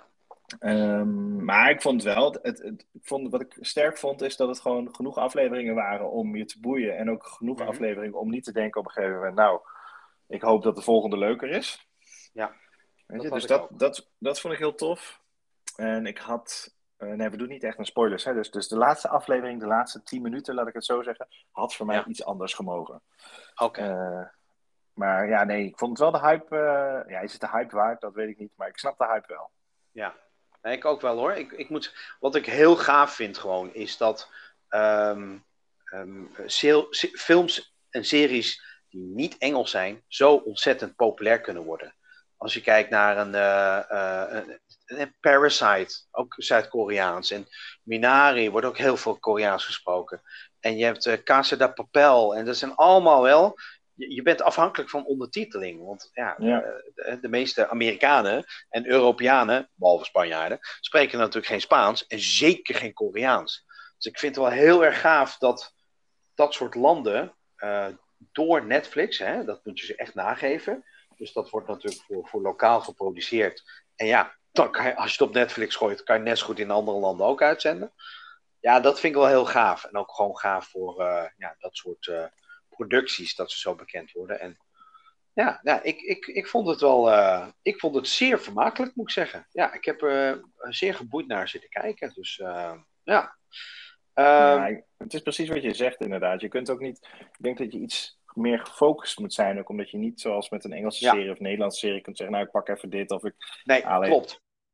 S2: Um, maar ik vond wel, het, het, het, ik vond, wat ik sterk vond, is dat het gewoon genoeg afleveringen waren om je te boeien. En ook genoeg mm-hmm. afleveringen om niet te denken op een gegeven moment, nou, ik hoop dat de volgende leuker is.
S1: Ja.
S2: Weet je, dus dat, dat, dat vond ik heel tof. En ik had, uh, nee, we doen niet echt een spoilers, hè? Dus, dus de laatste aflevering, de laatste tien minuten, laat ik het zo zeggen, had voor mij ja. iets anders gemogen.
S1: Oké. Okay.
S2: Uh, maar ja, nee, ik vond het wel de hype, uh, ja, is het de hype waard? Dat weet ik niet, maar ik snap de hype wel.
S1: Ja. Nee, ik ook wel hoor. Ik, ik moet, wat ik heel gaaf vind gewoon, is dat um, um, seel, se, films en series die niet Engels zijn, zo ontzettend populair kunnen worden. Als je kijkt naar een, uh, uh, een, een Parasite, ook Zuid-Koreaans. En Minari wordt ook heel veel Koreaans gesproken. En je hebt uh, Casa de Papel. En dat zijn allemaal wel... Je bent afhankelijk van ondertiteling. Want ja, ja. De, de meeste Amerikanen en Europeanen, behalve Spanjaarden, spreken natuurlijk geen Spaans en zeker geen Koreaans. Dus ik vind het wel heel erg gaaf dat dat soort landen uh, door Netflix, hè, dat moet je ze echt nageven. Dus dat wordt natuurlijk voor, voor lokaal geproduceerd. En ja, dan kan je, als je het op Netflix gooit, kan je net zo goed in andere landen ook uitzenden. Ja, dat vind ik wel heel gaaf. En ook gewoon gaaf voor uh, ja, dat soort... Uh, producties, dat ze zo bekend worden. En ja, ja ik, ik, ik vond het wel, uh, ik vond het zeer vermakelijk, moet ik zeggen. Ja, ik heb er uh, zeer geboeid naar zitten kijken. Dus uh, ja. Uh,
S2: ja. Het is precies wat je zegt inderdaad. Je kunt ook niet, ik denk dat je iets meer gefocust moet zijn, ook omdat je niet zoals met een Engelse ja. serie of Nederlandse serie kunt zeggen, nou ik pak even dit of ik...
S1: Nee,
S2: Allee,
S1: klopt.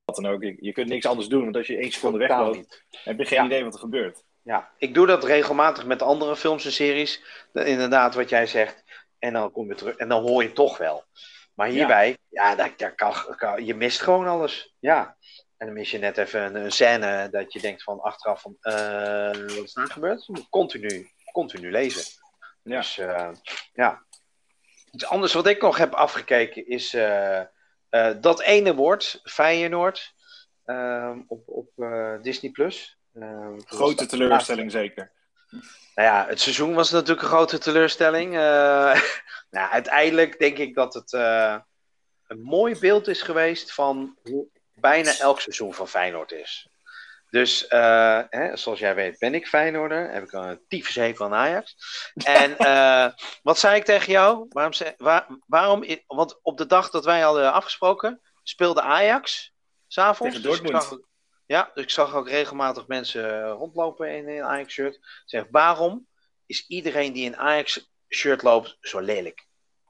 S2: dan ook. Je, je kunt niks anders doen, want als je één seconde
S1: Totaal
S2: wegloopt,
S1: niet.
S2: heb je geen
S1: Ja.
S2: idee wat er gebeurt.
S1: Ja, ik doe dat regelmatig met andere films en series. Dat, inderdaad, wat jij zegt. En dan kom je terug. En dan hoor je toch wel. Maar hierbij, ja, ja daar, daar kan, kan, je mist gewoon alles. Ja. En dan mis je net even een, een scène dat je denkt van achteraf van, uh, wat is nou gebeurd? Continu, continu lezen.
S2: Ja.
S1: Dus uh, ja. Iets anders wat ik nog heb afgekeken is uh, uh, dat ene woord, Feyenoord, uh, op, op uh, Disney Plus. Uh,
S2: grote teleurstelling zeker.
S1: Nou ja, het seizoen was natuurlijk een grote teleurstelling. Uh, nou, uiteindelijk denk ik dat het uh, een mooi beeld is geweest van hoe bijna elk seizoen van Feyenoord is. Dus, uh, hè, zoals jij weet ben ik Feyenoorder. Heb ik een tyfushekel aan Ajax. En uh, wat zei ik tegen jou? Waarom, waar, waarom, want op de dag dat wij hadden afgesproken, speelde Ajax 's avonds.
S2: Tegen Dortmund.
S1: Dus ja, dus ik zag ook regelmatig mensen rondlopen in een Ajax-shirt. Zeg, waarom is iedereen die in een Ajax-shirt loopt zo lelijk?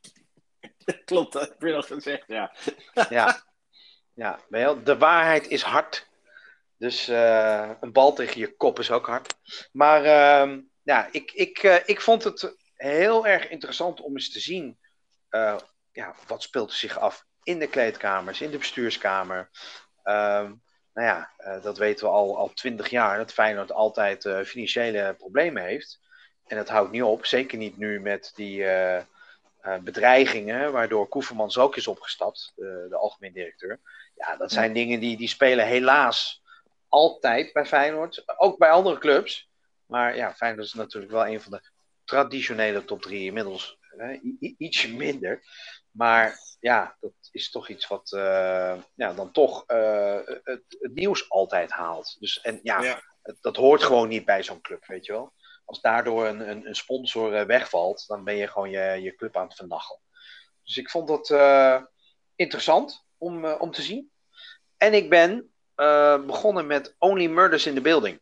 S2: Klopt, dat heb je al gezegd, ja.
S1: Ja, ja, wel, de waarheid is hard. Dus uh, een bal tegen je kop is ook hard. Maar uh, ja, ik, ik, uh, ik vond het heel erg interessant om eens te zien. Uh, ja, wat speelt er zich af in de kleedkamers, in de bestuurskamer. Uh, Nou ja, uh, dat weten we al, al twintig jaar, dat Feyenoord altijd uh, financiële problemen heeft. En dat houdt niet op, zeker niet nu met die uh, uh, bedreigingen, waardoor Koevermans ook is opgestapt, de, de algemeen directeur. Ja, dat zijn ja. dingen die, die spelen helaas altijd bij Feyenoord, ook bij andere clubs. Maar ja, Feyenoord is natuurlijk wel een van de traditionele top drie, inmiddels uh, i- ietsje minder. Maar ja, dat is toch iets wat uh, ja, dan toch uh, het, het nieuws altijd haalt. Dus, en ja, ja. Het, dat hoort gewoon niet bij zo'n club, weet je wel. Als daardoor een, een, een sponsor uh, wegvalt, dan ben je gewoon je, je club aan het vernachelen. Dus ik vond dat uh, interessant om, uh, om te zien. En ik ben uh, begonnen met Only Murders in the Building.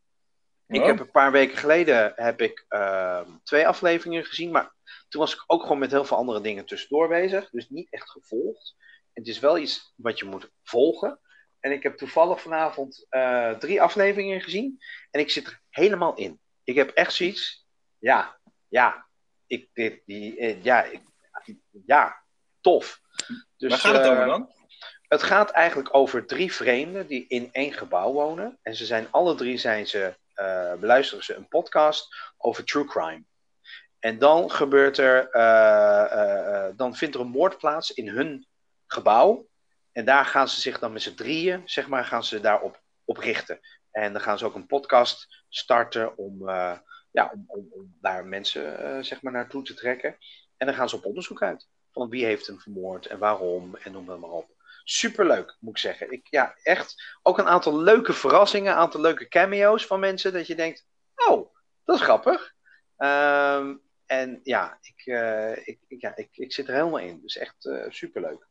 S1: Oh. Ik heb een paar weken geleden heb ik uh, twee afleveringen gezien, maar toen was ik ook gewoon met heel veel andere dingen tussendoor bezig. Dus niet echt gevolgd. En het is wel iets wat je moet volgen. En ik heb toevallig vanavond uh, drie afleveringen gezien. En ik zit er helemaal in. Ik heb echt zoiets. Ja, ja. Ik, dit, die, uh, ja, ik, ja, tof. Dus,
S2: waar gaat het over dan?
S1: Uh, het gaat eigenlijk over drie vreemden die in één gebouw wonen. En ze zijn alle drie zijn ze, uh, beluisteren ze een podcast over true crime. En dan gebeurt er, uh, uh, uh, dan vindt er een moord plaats in hun gebouw. En daar gaan ze zich dan met z'n drieën, zeg maar, gaan ze daarop op richten. En dan gaan ze ook een podcast starten om, uh, ja, om, om, om daar mensen, uh, zeg maar, naartoe te trekken. En dan gaan ze op onderzoek uit. Van wie heeft hem vermoord en waarom en noem het maar op. Superleuk, moet ik zeggen. Ik, ja, echt. Ook een aantal leuke verrassingen, een aantal leuke cameo's van mensen. Dat je denkt, oh, dat is grappig. Um, En ja, ik, uh, ik, ik, ja ik, ik zit er helemaal in. Dus echt uh, superleuk.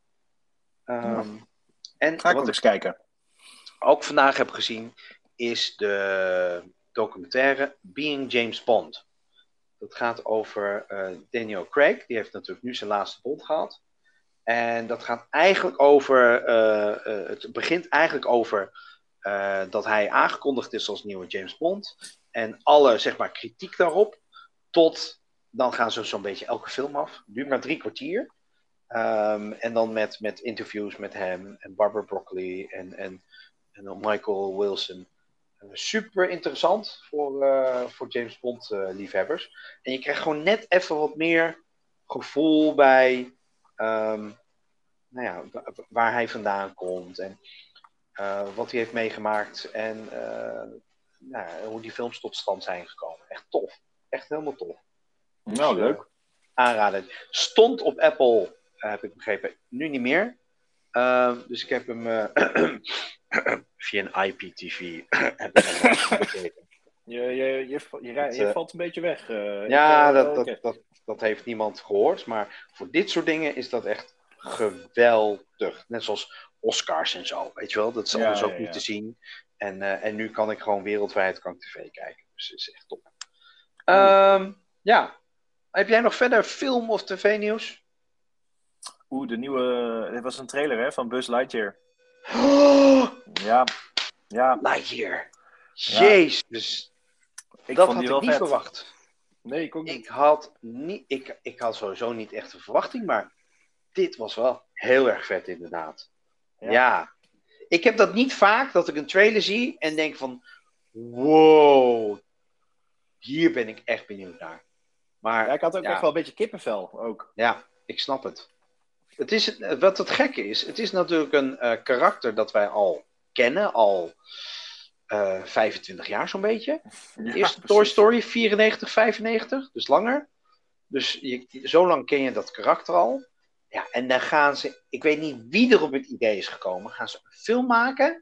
S1: Um, en
S2: Ga ik
S1: wat
S2: ook eens kijken.
S1: Ook vandaag heb gezien is de documentaire Being James Bond. Dat gaat over uh, Daniel Craig. Die heeft natuurlijk nu zijn laatste Bond gehad. En dat gaat eigenlijk over... Uh, uh, het begint eigenlijk over uh, dat hij aangekondigd is als nieuwe James Bond. En alle, zeg maar, kritiek daarop. Tot... Dan gaan ze zo'n beetje elke film af. Duurt maar drie kwartier. Um, en dan met, met interviews met hem en Barbara Broccoli en, en, en Michael Wilson. Uh, super interessant voor, uh, voor James Bond uh, liefhebbers. En je krijgt gewoon net even wat meer gevoel bij um, nou ja, waar hij vandaan komt. En uh, wat hij heeft meegemaakt. En uh, nou, hoe die films tot stand zijn gekomen. Echt tof. Echt helemaal tof.
S2: Nou, dus, leuk.
S1: Uh, aanraden. Stond op Apple, uh, heb ik begrepen, nu niet meer. Uh, dus ik heb hem uh, via een I P T V heb ik hem bekeken.
S2: Je, je, je, je, je, je valt een beetje weg. Uh,
S1: ja,
S2: ik, uh,
S1: dat, dat, okay. dat, dat heeft niemand gehoord. Maar voor dit soort dingen is dat echt geweldig. Net zoals Oscars en zo. Weet je wel, dat is ja, anders ook ja, niet ja. te zien. En, uh, en nu kan ik gewoon wereldwijd kan ik tv kijken. Dus dat is echt top. Um, ja. Heb jij nog verder film- of tv-nieuws?
S2: Oeh, de nieuwe... Dit was een trailer hè, van Buzz Lightyear.
S1: Oh,
S2: Ja, ja.
S1: Lightyear.
S2: Ja.
S1: Jezus.
S2: Ik
S1: Dat
S2: vond
S1: had
S2: die
S1: ik
S2: wel
S1: niet
S2: vet.
S1: verwacht.
S2: Nee, ik ook
S1: Ik
S2: niet.
S1: had, niet ik, ik had sowieso niet echt een verwachting, maar dit was wel heel erg vet inderdaad. Ja. ja. Ik heb dat niet vaak, dat ik een trailer zie en denk van, wow, hier ben ik echt benieuwd naar. Maar,
S2: ja, ik had ook
S1: ja,
S2: echt wel een beetje kippenvel ook.
S1: Ja, ik snap het. Het is, wat het gekke is, het is natuurlijk een uh, karakter dat wij al kennen, al uh, vijfentwintig jaar zo'n beetje. De ja, eerste precies. Toy Story, vierennegentig, vijfennegentig, dus langer. Dus je, zo lang ken je dat karakter al. Ja, en dan gaan ze, ik weet niet wie er op het idee is gekomen, gaan ze een film maken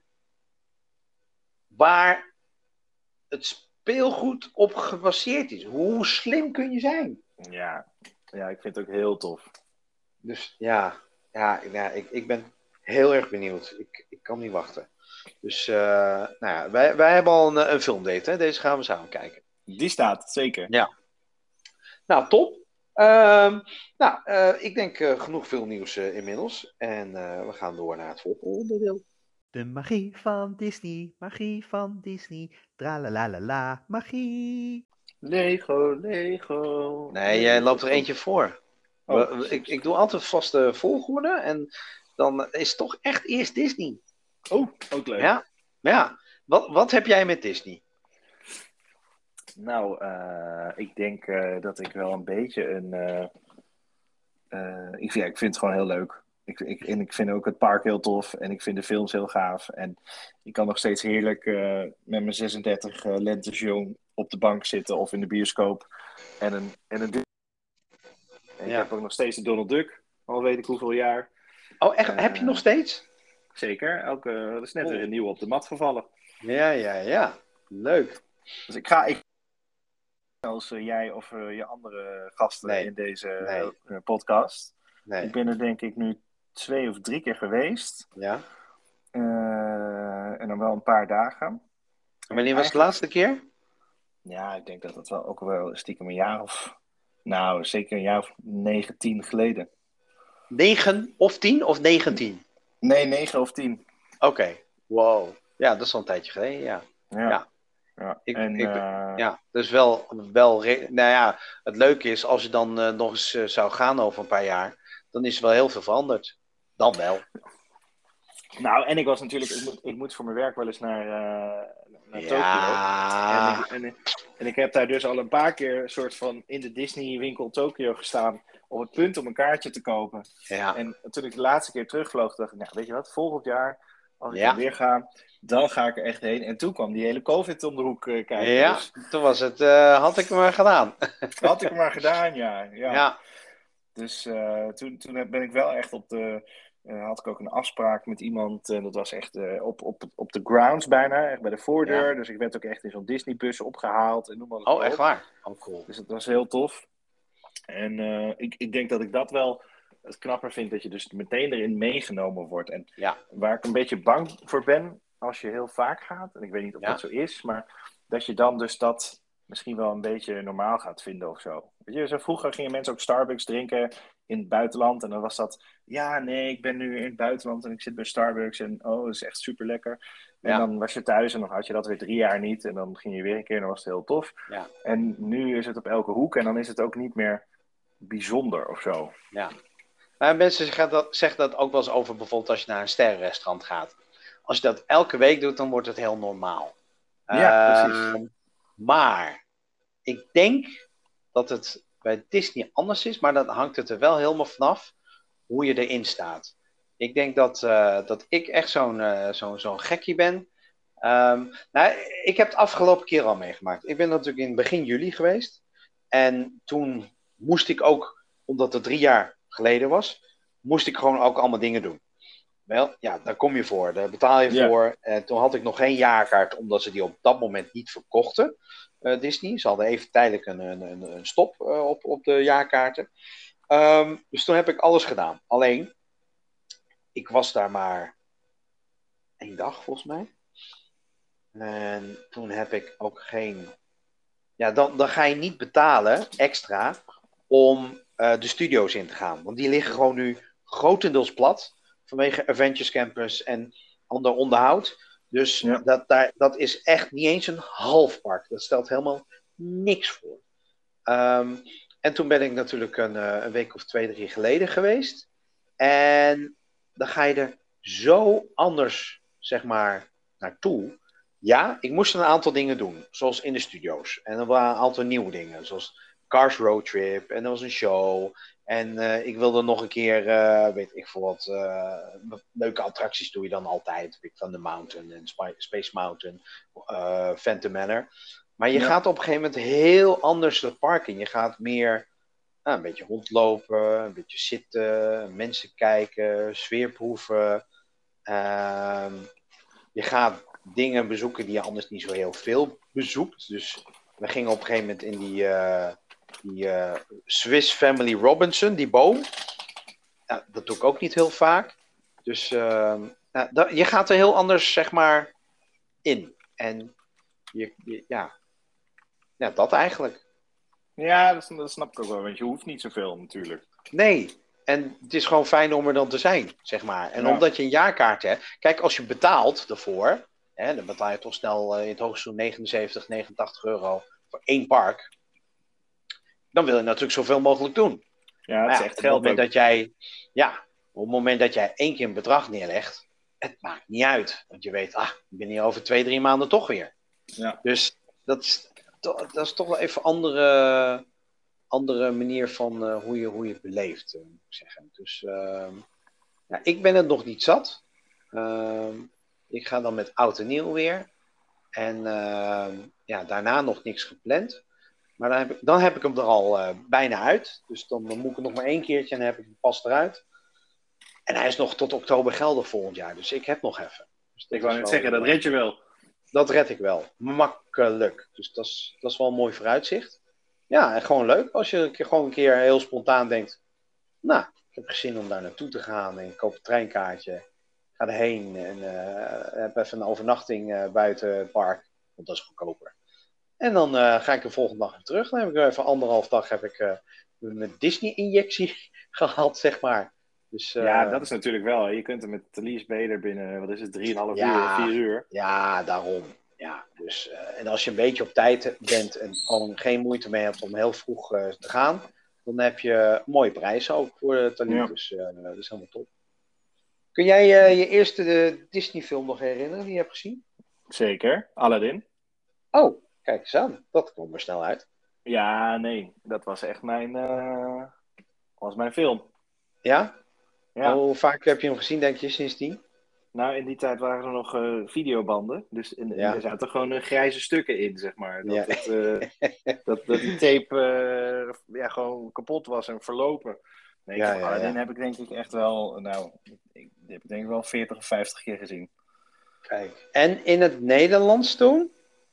S1: waar het speelgoed op gebaseerd is. Hoe slim kun je zijn?
S2: Ja, ja ik vind het ook heel tof.
S1: Dus ja, ja, ja ik, ik ben heel erg benieuwd. Ik, ik kan niet wachten. Dus uh, nou ja, wij, wij hebben al een, een filmdate, hè? Deze gaan we samen kijken.
S2: Die staat, zeker.
S1: Ja. Nou, top. Uh, nou, uh, ik denk uh, genoeg filmnieuws uh, inmiddels. En uh, we gaan door naar het volgende onderdeel.
S3: De magie van Disney, magie van Disney, tralalalala, magie.
S2: Lego, Lego.
S1: Nee, jij loopt er eentje voor. Oh, we, ik, ik doe altijd vaste volgorde en dan is het toch echt eerst Disney.
S2: Oh, ook leuk.
S1: Ja, ja. Wat, wat heb jij met Disney?
S2: Nou, uh, ik denk uh, dat ik wel een beetje een... Uh, uh, ik, ja, ik vind het gewoon heel leuk. Ik, ik, en ik vind ook het park heel tof en ik vind de films heel gaaf. En ik kan nog steeds heerlijk uh, met mijn zesendertig uh, lentejong op de bank zitten of in de bioscoop. En een... En een en ik ja. heb ook nog steeds de Donald Duck, al weet ik hoeveel jaar.
S1: Oh, echt? Uh, heb je nog steeds?
S2: Zeker. Elke, er is net oh. weer een nieuwe op de mat gevallen.
S1: Ja, ja, ja. Leuk.
S2: Dus ik ga... Ik, als uh, jij of uh, je andere gasten nee. in deze nee. uh, podcast. Nee. Ik ben er denk ik nu twee of drie keer geweest.
S1: Ja.
S2: Uh, en dan wel een paar dagen.
S1: En wanneer was het de laatste keer?
S2: Ja, ik denk dat dat wel ook wel stiekem een jaar of... Nou, zeker een jaar of negen, tien geleden.
S1: Negen of tien of negentien?
S2: Nee, negen of tien.
S1: Oké, okay. Wow. Ja, dat is al een tijdje geleden, ja.
S2: Ja. ja. ja.
S1: Ik,
S2: en,
S1: ik,
S2: uh...
S1: ja, dus wel, wel... Nou ja, het leuke is, als je dan uh, nog eens uh, zou gaan over een paar jaar, dan is er wel heel veel veranderd. Dan wel.
S2: Nou, en ik was natuurlijk... Ik moet, ik moet voor mijn werk wel eens naar, uh, naar ja. Tokio. En ik, en, en ik heb daar dus al een paar keer een soort van in de Disney winkel Tokio gestaan op het punt om een kaartje te kopen.
S1: Ja.
S2: En toen ik de laatste keer terugvloog, dacht ik, nou, weet je wat, volgend jaar, als ik ja. dan weer ga, dan ga ik er echt heen. En toen kwam die hele COVID om de hoek uh, kijken.
S1: Ja, dus... toen was het, uh, had ik maar gedaan.
S2: Had ik maar gedaan, ja. Ja.
S1: ja.
S2: Dus uh, toen, toen ben ik wel echt op de... Uh, had ik ook een afspraak met iemand. En uh, dat was echt uh, op, op, op de grounds bijna. Echt bij de voordeur. Ja. Dus ik werd ook echt in zo'n Disney-bus opgehaald. En noem maar
S1: oh,
S2: op.
S1: echt waar? Oh, cool.
S2: Dus dat was heel tof. En uh, ik, ik denk dat ik dat wel het knapper vind. Dat je dus meteen erin meegenomen wordt. En
S1: ja.
S2: waar ik een beetje bang voor ben. Als je heel vaak gaat. En ik weet niet of ja. dat zo is. Maar dat je dan dus dat misschien wel een beetje normaal gaat vinden of zo. Weet je, zo vroeger gingen mensen ook Starbucks drinken in het buitenland. En dan was dat, ja, nee, ik ben nu in het buitenland en ik zit bij Starbucks. En oh, dat is echt super lekker. En ja. dan was je thuis en dan had je dat weer drie jaar niet. En dan ging je weer een keer en dan was het heel tof.
S1: Ja.
S2: En nu is het op elke hoek en dan is het ook niet meer bijzonder of zo.
S1: Ja. Maar mensen zeggen dat, zeggen dat ook wel eens over bijvoorbeeld als je naar een sterrenrestaurant gaat. Als je dat elke week doet, dan wordt het heel normaal.
S2: Ja, uh, precies.
S1: Maar ik denk dat het bij Disney anders is, maar dan hangt het er wel helemaal vanaf hoe je erin staat. Ik denk dat, uh, dat ik echt zo'n, uh, zo'n, zo'n gekkie ben. Um, nou, ik heb het afgelopen keer al meegemaakt. Ik ben natuurlijk in begin juli geweest. En toen moest ik ook, omdat het drie jaar geleden was, moest ik gewoon ook allemaal dingen doen. Wel, ja, daar kom je voor. Daar betaal je yeah. voor. En toen had ik nog geen jaarkaart, omdat ze die op dat moment niet verkochten. Uh, Disney. Ze hadden even tijdelijk een, een, een stop uh, op, op de jaarkaarten. Um, dus toen heb ik alles gedaan. Alleen, ik was daar maar één dag volgens mij. En toen heb ik ook geen... Ja, dan, dan ga je niet betalen extra om uh, de studio's in te gaan. Want die liggen gewoon nu grotendeels plat. Vanwege Avengers Campus. En ander onderhoud. Dus
S2: Ja.
S1: dat, daar, dat is echt niet eens een half park. Dat stelt helemaal niks voor. Um, en toen ben ik natuurlijk een, een week of twee, drie geleden geweest. En dan ga je er zo anders, zeg maar, naartoe. Ja, ik moest een aantal dingen doen, zoals in de studio's. En er waren een aantal nieuwe dingen, zoals Cars Road Trip. En er was een show. En uh, ik wilde nog een keer, uh, weet ik veel wat, uh, leuke attracties doe je dan altijd. Van The Mountain en Space Mountain, uh, Phantom Manor. Maar je ja. gaat op een gegeven moment heel anders het park in. Je gaat meer nou, een beetje rondlopen, een beetje zitten, mensen kijken, sfeerproeven. Uh, je gaat dingen bezoeken die je anders niet zo heel veel bezoekt. Dus we gingen op een gegeven moment in die, uh, die uh, Swiss Family Robinson, die boom. Ja, dat doe ik ook niet heel vaak. Dus uh, nou, dat, je gaat er heel anders, zeg maar, in. En je, je, ja, ja, dat eigenlijk.
S2: Ja, dat, dat snap ik ook wel, want je hoeft niet zoveel natuurlijk.
S1: Nee, en het is gewoon fijn om er dan te zijn, zeg maar. En
S2: ja.
S1: omdat je een jaarkaart hebt, kijk, als je betaalt ervoor, hè, dan betaal je toch snel uh, in het hoogseizoen negenenzeventig, negenentachtig euro voor één park. Dan wil je natuurlijk zoveel mogelijk doen.
S2: Ja, het is
S1: ja,
S2: echt
S1: op
S2: geld
S1: het moment
S2: ook.
S1: dat jij, ja, op het moment dat jij één keer een bedrag neerlegt, het maakt niet uit. Want je weet, ah, ik ben hier over twee, drie maanden toch weer.
S2: Ja.
S1: Dus dat is, dat is toch wel even een andere, andere manier van uh, hoe, je, hoe je het beleeft, uh, moet ik zeggen. Dus uh, ja, ik ben het nog niet zat. Uh, ik ga dan met oud en nieuw weer. En uh, ja, daarna nog niks gepland. Maar dan heb ik, dan heb ik hem er al uh, bijna uit. Dus dan, dan moet ik het nog maar één keertje en dan heb ik hem pas eruit. En hij is nog tot oktober geldig volgend jaar. Dus ik heb nog even. Dus
S2: ik wou net zeggen, dat red je wel.
S1: Dat red ik wel. Makkelijk. Dus dat is, dat is wel een mooi vooruitzicht. Ja, en gewoon leuk als je gewoon een keer heel spontaan denkt. Nou, ik heb zin om daar naartoe te gaan. En ik koop een treinkaartje. Ga erheen en uh, heb even een overnachting uh, buiten het park. Want dat is goedkoper. En dan uh, ga ik de volgende dag weer terug. Dan heb ik even anderhalf dag heb ik uh, mijn Disney-injectie gehad, zeg maar. Dus, uh,
S2: ja, dat is natuurlijk wel. Je kunt er met Thalys Beder binnen, wat is het, drieënhalf
S1: ja,
S2: uur, vier uur.
S1: Ja, daarom. Ja, dus, uh, en als je een beetje op tijd bent en gewoon geen moeite mee hebt om heel vroeg uh, te gaan, dan heb je een mooie prijzen ook voor uh, Thalys. Ja. Dus uh, dat is helemaal top. Kun jij uh, je eerste uh, Disney-film nog herinneren die je hebt gezien?
S2: Zeker, Aladdin.
S1: Oh, kijk eens aan. Dat komt er snel uit.
S2: Ja, nee. Dat was echt mijn, uh, was mijn film.
S1: Ja?
S2: Ja.
S1: Hoe vaak heb je hem gezien, denk je, sindsdien?
S2: Nou, in die tijd waren er nog uh, videobanden. Dus in, ja. er zaten gewoon uh, grijze stukken in, zeg maar. Dat, ja. het, uh, dat, dat die tape uh, ja, gewoon kapot was en verlopen. Nee, ja, ja, Aladdin ja. heb ik denk ik echt wel, nou, ik heb ik denk ik wel veertig of vijftig keer gezien.
S1: Kijk. En in het Nederlands toen?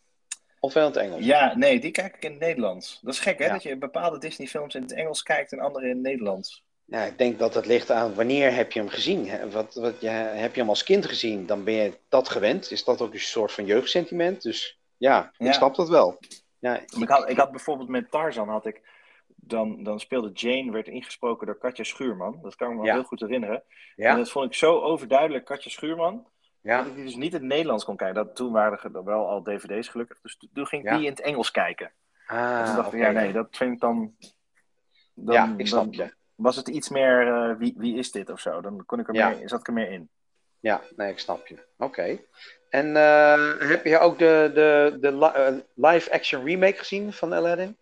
S1: Of wel in het Engels?
S2: Ja, nee, die kijk ik in het Nederlands. Dat is gek, hè?
S1: Ja.
S2: Dat je bepaalde Disney-films in het Engels kijkt en andere in het Nederlands.
S1: Ja, ik denk dat het ligt aan wanneer heb je hem gezien. Wat, wat, ja, heb je hem als kind gezien, dan ben je dat gewend. Is dat ook een soort van jeugdsentiment? Dus ja, ik ja. snap dat wel. Ja,
S2: ik... Ik, had, ik had bijvoorbeeld met Tarzan, had ik, dan, dan speelde Jane, werd ingesproken door Katja Schuurman. Dat kan ik me ja. heel goed herinneren. Ja. En dat vond ik zo overduidelijk, Katja Schuurman. Ja. Dat ik die dus niet in het Nederlands kon kijken. Dat, toen waren er wel al D V D's gelukkig. Dus toen ging ik ja. die in het Engels kijken.
S1: Ah,
S2: en toen dacht ik, okay. ja nee, dat vind ik dan...
S1: dan ja, ik snap je.
S2: Was het iets meer, uh, wie, wie is dit of zo? Dan kon ik er
S1: ja.
S2: meer, zat ik er meer in.
S1: Ja, nee, ik snap je. Oké. Okay. En uh, heb je ook de, de, de li- uh, live-action remake gezien van Aladdin?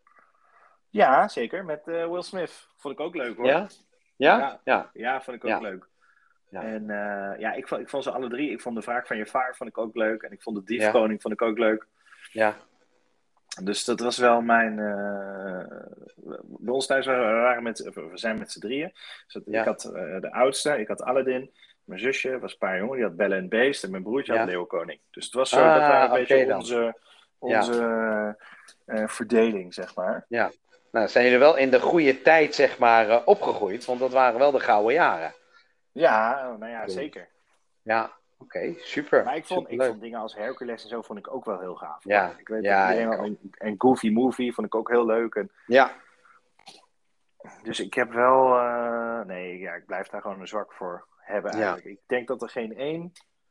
S2: Ja, zeker. Met uh, Will Smith. Vond ik ook leuk, hoor.
S1: Ja? Ja?
S2: Ja,
S1: ja.
S2: ja vond ik ook ja. leuk. Ja. En uh, ja, ik vond, ik vond ze alle drie. Ik vond de Wraak van Jafar vond ik ook leuk. En ik vond de Diefkoning ja. vond ik ook leuk.
S1: Ja.
S2: Dus dat was wel mijn... Uh, bij ons thuis waren we, waren met, we zijn met z'n drieën. Dus dat, ja. Ik had uh, de oudste, ik had Aladdin. Mijn zusje was een paar jongen, die had Belle en Beest. En mijn broertje ja. had Leeuwkoning. Dus het was zo, ah, dat waren een beetje dan. onze, onze ja. uh, verdeling, zeg maar.
S1: Ja. Nou, zijn jullie wel in de goede tijd, zeg maar, uh, opgegroeid. Want dat waren wel de gouden jaren.
S2: Ja, nou ja, zeker.
S1: Ja. Oké, okay, super.
S2: Maar ik vond, ik vond dingen als Hercules en zo vond ik ook wel heel gaaf.
S1: Ja,
S2: ik weet
S1: ja,
S2: ik en, en Goofy Movie vond ik ook heel leuk. En,
S1: ja.
S2: Dus ik heb wel... Uh, nee, ja, ik blijf daar gewoon een zwak voor hebben eigenlijk. Ja. Ik denk dat er geen één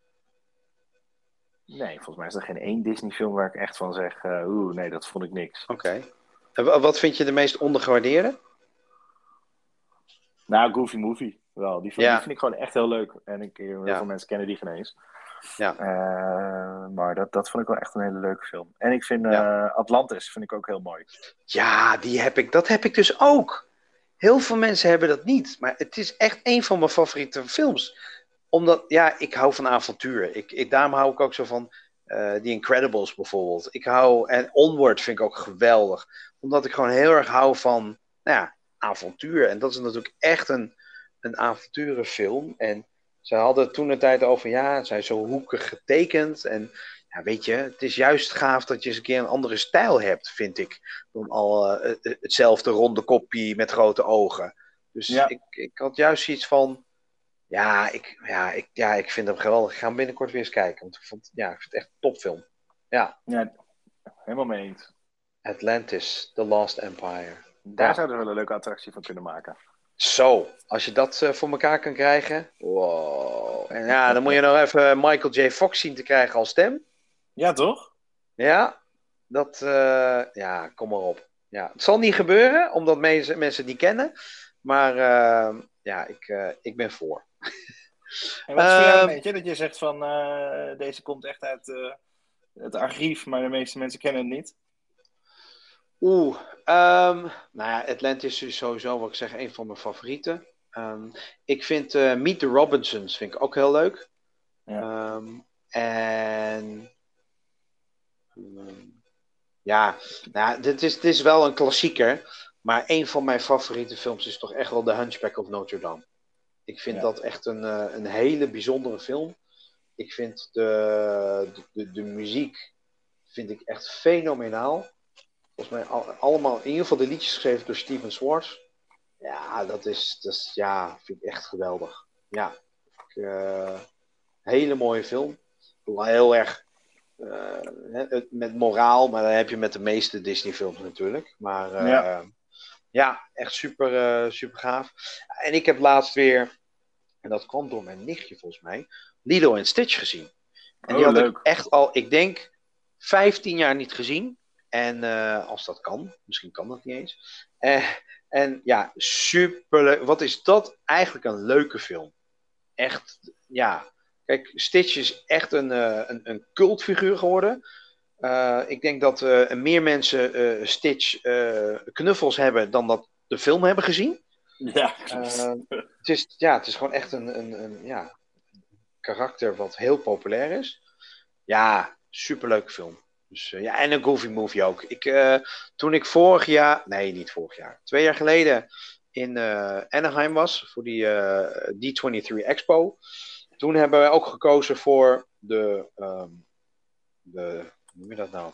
S2: Nee, volgens mij is er geen één Disney film waar ik echt van zeg, uh, oeh, nee, dat vond ik niks.
S1: Oké. Okay. En wat vind je de meest ondergewaardeerde?
S2: Nou, Goofy Movie. Wel, die,
S1: ja.
S2: die vind ik gewoon echt heel leuk. En ik, heel
S1: ja.
S2: veel mensen kennen die geen eens.
S1: Ja.
S2: Uh, maar dat, dat vond ik wel echt een hele leuke film. En ik vind uh,
S1: ja.
S2: Atlantis vind ik ook heel mooi.
S1: Ja, die heb ik, dat heb ik dus ook. Heel veel mensen hebben dat niet. Maar het is echt een van mijn favoriete films. Omdat, ja, ik hou van avontuur. Ik, ik, daarom hou ik ook zo van uh, The Incredibles bijvoorbeeld. Ik hou, en Onward vind ik ook geweldig. Omdat ik gewoon heel erg hou van, nou ja, avontuur. En dat is natuurlijk echt een, een avonturenfilm. En ze hadden toen een tijd over, ja, het zijn zo hoekig getekend. En ja, weet je, het is juist gaaf dat je eens een keer een andere stijl hebt, vind ik. Dan al uh, hetzelfde ronde kopje met grote ogen. Dus ja. ik, ik had juist iets van, ja ik, ja, ik, ja, ik vind hem geweldig. Ik ga hem binnenkort weer eens kijken. Want ik vond, ja, ik vind het echt een topfilm. Ja.
S2: ja, helemaal mee eens.
S1: Atlantis, The Lost Empire.
S2: Daar
S1: ja.
S2: zouden we wel een leuke attractie van kunnen maken.
S1: Zo, als je dat uh, voor elkaar kan krijgen. Wow. En ja, dan moet je nog even Michael J. Fox zien te krijgen als stem.
S2: Ja, toch?
S1: Ja, dat, uh, ja, kom maar op. Ja, het zal niet gebeuren, omdat mensen, mensen het niet kennen. Maar uh, ja, ik, uh, ik ben voor.
S2: En wat is voor jou een beetje dat je zegt van, uh, deze komt echt uit uh, het archief, maar de meeste mensen kennen het niet?
S1: Oeh, um, nou ja, Atlantis is sowieso, wat ik zeg, een van mijn favorieten. Um, ik vind uh, Meet the Robinsons vind ik ook heel leuk. Ja. Um, en um, ja, nou, dit is, dit is wel een klassieker. Maar een van mijn favoriete films is toch echt wel The Hunchback of Notre Dame. Ik vind ja. dat echt een, uh, een hele bijzondere film. Ik vind de, de, de, de muziek vind ik echt fenomenaal. Volgens mij al, allemaal, in ieder geval de liedjes geschreven door Steven Schwartz. Ja, dat is, dat is ja, vind ik echt geweldig. Ja, ik, uh, hele mooie film. Heel erg uh, met moraal, maar dat heb je met de meeste Disney films natuurlijk. Maar uh, ja. ja, echt super, uh, super gaaf. En ik heb laatst weer, en dat kwam door mijn nichtje volgens mij, Lilo en Stitch gezien. En die
S2: oh,
S1: had
S2: leuk.
S1: ik echt al, ik denk, vijftien jaar niet gezien. En uh, als dat kan, misschien kan dat niet eens. Uh, en ja, superleuk. Wat is dat eigenlijk een leuke film. Echt, ja. Kijk, Stitch is echt een, uh, een, een cultfiguur geworden. Uh, ik denk dat uh, meer mensen uh, Stitch uh, knuffels hebben dan dat de film hebben gezien.
S2: Ja,
S1: uh, het is, ja, het is gewoon echt een, een, een ja, karakter wat heel populair is. Ja, superleuke film. Dus, uh, ja, en een Goofy Movie ook. Ik, uh, toen ik vorig jaar, nee, niet vorig jaar, twee jaar geleden in uh, Anaheim was voor die uh, D drieëntwintig Expo, toen hebben wij ook gekozen voor de, um, de hoe noem je dat nou?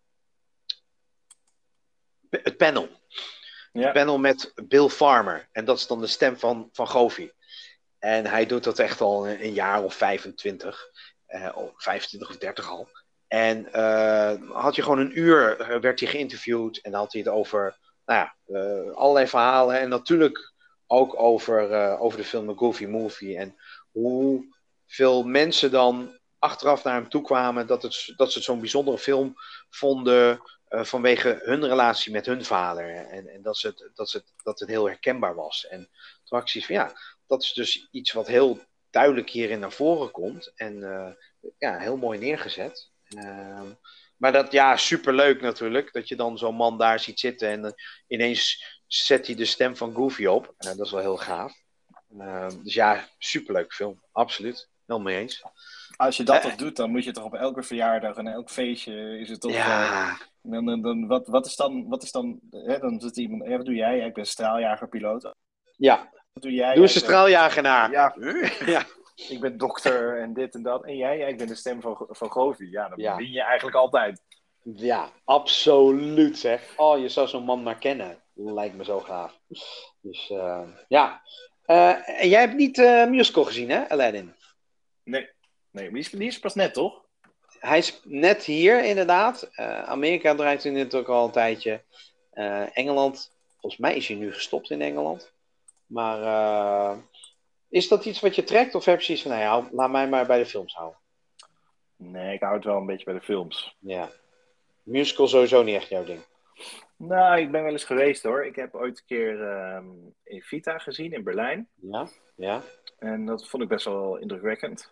S1: Het panel. Ja. Het panel met Bill Farmer. En dat is dan de stem van, van Goofy. En hij doet dat echt al een, een jaar of vijfentwintig. Uh, of vijfentwintig of dertig al. En uh, had je gewoon een uur, uh, werd hij geïnterviewd. En dan had hij het over nou ja, uh, allerlei verhalen. En natuurlijk ook over, uh, over de film The Goofy Movie. En hoe veel mensen dan achteraf naar hem toe kwamen. Dat, het, dat ze het zo'n bijzondere film vonden. Uh, vanwege hun relatie met hun vader. En, en dat, ze het, dat, ze het, dat het heel herkenbaar was. En toen had ik zoiets van ja, dat is dus iets wat heel duidelijk hierin naar voren komt. En uh, ja, heel mooi neergezet. Uh, maar dat, ja, superleuk natuurlijk. Dat je dan zo'n man daar ziet zitten. En uh, ineens zet hij de stem van Goofy op. Uh, dat is wel heel gaaf. Uh, dus ja, superleuk film. Absoluut. Wel mee eens.
S2: Als je dat uh, toch doet, dan moet je toch op elke verjaardag en elk feestje is het toch...
S1: Ja.
S2: Uh, dan, dan, dan, wat, wat is dan... Wat is dan, hè, dan zit iemand... Ja, wat doe jij? Ja, ik ben straaljagerpiloot.
S1: Ja.
S2: Wat doe jij?
S1: Doe eens een straaljager naar.
S2: Ja. ja. Ik ben dokter en dit en dat. En jij? Ja, ik ben de stem van, van Goofy. Ja, dan ja. win je eigenlijk altijd.
S1: Ja, absoluut zeg. Oh, je zou zo'n man maar kennen. Lijkt me zo gaaf. Dus uh, ja. Uh, en jij hebt niet uh, musical gezien, hè, Aladdin?
S2: Nee. Nee, die is, die is pas net, toch?
S1: Hij is net hier, inderdaad. Uh, Amerika draait hij natuurlijk al een tijdje. Uh, Engeland, volgens mij is hij nu gestopt in Engeland. Maar uh, is dat iets wat je trekt? Of heb je zoiets van, nou ja, laat mij maar bij de films houden?
S2: Nee, ik hou het wel een beetje bij de films.
S1: Ja. Musical sowieso niet echt jouw ding.
S2: Nou, ik ben wel eens geweest hoor. Ik heb ooit een keer um, Evita gezien in Berlijn.
S1: Ja, ja.
S2: En dat vond ik best wel indrukwekkend.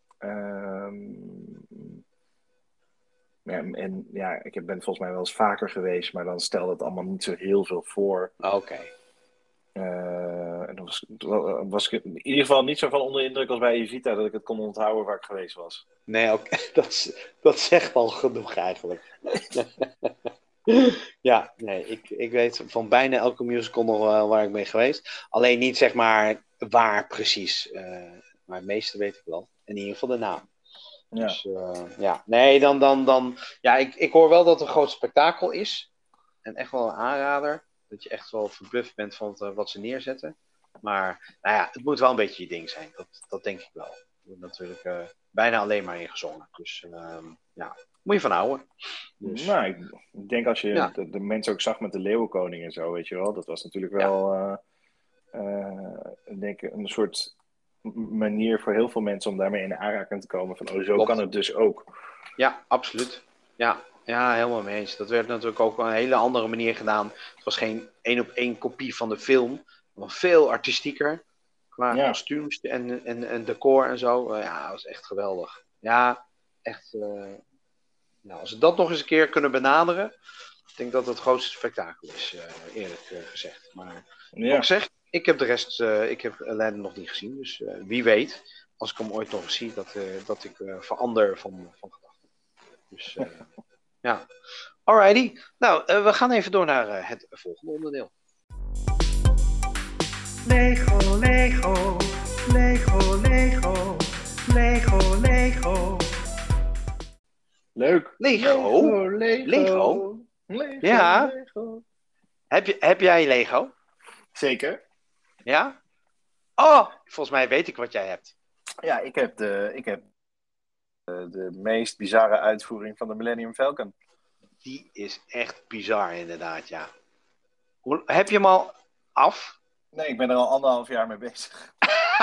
S2: Um, ja, en ja, ik ben volgens mij wel eens vaker geweest, maar dan stelde het allemaal niet zo heel veel voor.
S1: Oké. Okay.
S2: Uh, en dan was, was ik in ieder geval niet zo van onder de indruk als bij Evita dat ik het kon onthouden waar ik geweest was.
S1: Nee, okay. dat, dat zegt al genoeg eigenlijk. Ja, nee, ik, ik weet van bijna elke musical nog wel waar ik ben geweest. Alleen niet zeg maar waar precies. Uh, maar het meeste weet ik wel. In ieder geval de naam. Ja. Dus uh, ja, nee, dan, dan, dan. Ja, ik, ik hoor wel dat het een groot spektakel is. En echt wel een aanrader. Dat je echt wel verbluft bent van het, uh, wat ze neerzetten. Maar nou ja, het moet wel een beetje je ding zijn. Dat, dat denk ik wel. Er wordt natuurlijk uh, bijna alleen maar ingezongen. Dus uh, ja, moet je van houden.
S2: Dus, nou, ik denk als je ja. de, de mensen ook zag met de Leeuwenkoning en zo, weet je wel. Dat was natuurlijk wel ja. uh, uh, denk ik een soort manier voor heel veel mensen om daarmee in aanraking te komen. Van, oh, zo Klopt. Kan het dus ook.
S1: Ja, absoluut. Ja, ja, helemaal mee eens. Dat werd natuurlijk ook op een hele andere manier gedaan. Het was geen één op één kopie van de film. Maar veel artistieker. Qua ja. kostuums en, en, en decor en zo. Uh, ja, dat was echt geweldig. Ja, echt... Uh, nou, als we dat nog eens een keer kunnen benaderen... Ik denk dat het het grootste spektakel is, uh, eerlijk uh, gezegd. Maar ja. ik zeg, ik heb de rest... Uh, ik heb Aladdin nog niet gezien. Dus uh, wie weet, als ik hem ooit nog eens zie... dat, uh, dat ik uh, verander van, van gedachten. Dus uh, ja. Alrighty. Nou, uh, we gaan even door naar uh, het volgende onderdeel.
S3: Lego, Lego, Lego, Lego, Lego, Lego.
S1: Leuk. Lego? Lego? Lego? Lego? Lego ja. Lego. Heb, je, heb jij Lego?
S2: Zeker.
S1: Ja? Oh, volgens mij weet ik wat jij hebt.
S2: Ja, ik heb de, ik heb de, de meest bizarre uitvoering van de Millennium Falcon.
S1: Die is echt bizar inderdaad, ja. Hoe, heb je hem al af?
S2: Nee, ik ben er al anderhalf jaar mee bezig.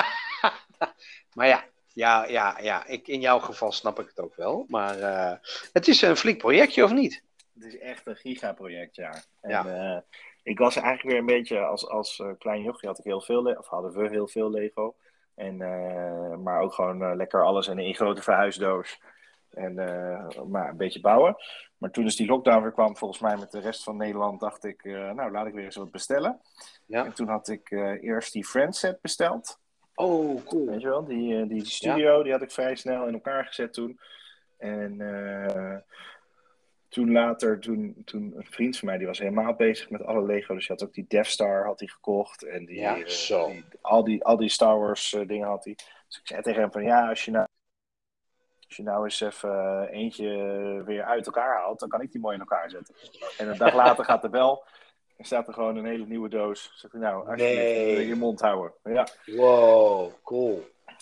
S1: Maar ja, ja, ja, ja. Ik, in jouw geval snap ik het ook wel. Maar uh, het is een flink projectje, of niet?
S2: Het is echt een gigaproject, ja. En, ja. Uh, ik was eigenlijk weer een beetje, als, als uh, klein jochie had ik heel veel, le- of hadden we heel veel Lego. En, uh, maar ook gewoon uh, lekker alles in één grote verhuisdoos. En uh, maar een beetje bouwen. Maar toen dus die lockdown weer kwam, volgens mij met de rest van Nederland, dacht ik, uh, nou laat ik weer eens wat bestellen. Ja. En toen had ik uh, eerst die Friends set besteld.
S1: Oh, cool.
S2: Weet je wel, die, uh, die studio, ja. die had ik vrij snel in elkaar gezet toen. En uh, toen later, toen, toen een vriend van mij, die was helemaal bezig met alle Lego. Dus hij had ook die Death Star had hij gekocht. En die,
S1: ja, zo.
S2: Uh, die, al, die, al die Star Wars uh, dingen had hij. Dus ik zei tegen hem van, ja, als je nou, als je nou eens even uh, eentje weer uit elkaar haalt, dan kan ik die mooi in elkaar zetten. En een dag later gaat er wel... Er staat er gewoon een hele nieuwe doos. Zegt hij, nou, alsjeblieft, nee. je mond houden. Ja.
S1: Wow, cool.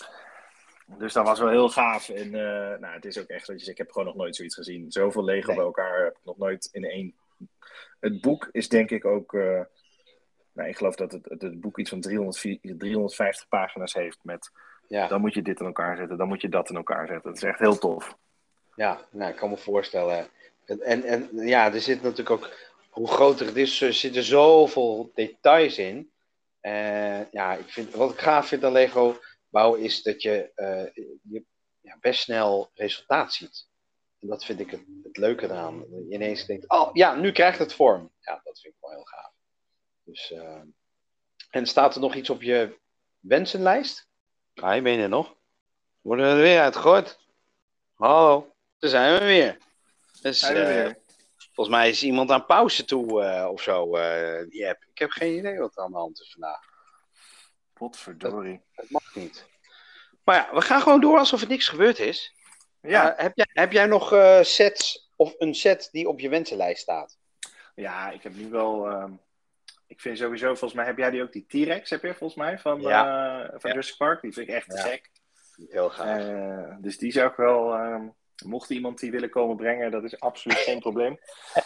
S2: Dus dat was wel heel gaaf. En uh, nou, het is ook echt, dat je ik heb gewoon nog nooit zoiets gezien. Zoveel Lego nee. bij elkaar heb ik nog nooit in één. Het boek is denk ik ook... Uh, nou, ik geloof dat het, het, het boek iets van driehonderdvijftig pagina's heeft met... Ja. Dan moet je dit in elkaar zetten, dan moet je dat in elkaar zetten. Dat is echt heel tof.
S1: Ja, nou, ik kan me voorstellen. En, en, en ja, er zit natuurlijk ook... Hoe groter het is, er zitten zoveel details in. Uh, ja, ik vind, wat ik gaaf vind aan Lego bouwen is dat je, uh, je ja, best snel resultaat ziet. En dat vind ik het, het leuke eraan. Je ineens denkt, oh ja, nu krijgt het vorm. Ja, dat vind ik wel heel gaaf. Dus, uh, en staat er nog iets op je wensenlijst? Ah, je bent er nog. Worden we er weer uitgegooid? Hallo, daar zijn we weer. Dus,
S2: zijn we uh, weer.
S1: Volgens mij is iemand aan pauze toe uh, of zo, uh, die app. Ik heb geen idee wat er aan de hand is vandaag.
S2: Potverdorie.
S1: Dat, dat mag niet. Maar ja, we gaan gewoon door alsof er niks gebeurd is. Ja. Uh, heb, jij, heb jij nog uh, sets of een set die op je wensenlijst staat?
S2: Ja, ik heb nu wel... Uh, ik vind sowieso, volgens mij heb jij die ook, die T-Rex heb je volgens mij van,
S1: ja.
S2: uh, van ja. Jurassic Park. Die vind ik echt te ja. gek.
S1: Heel gaaf.
S2: Uh, dus die zou ik wel... Uh, mocht iemand die willen komen brengen, dat is absoluut geen probleem.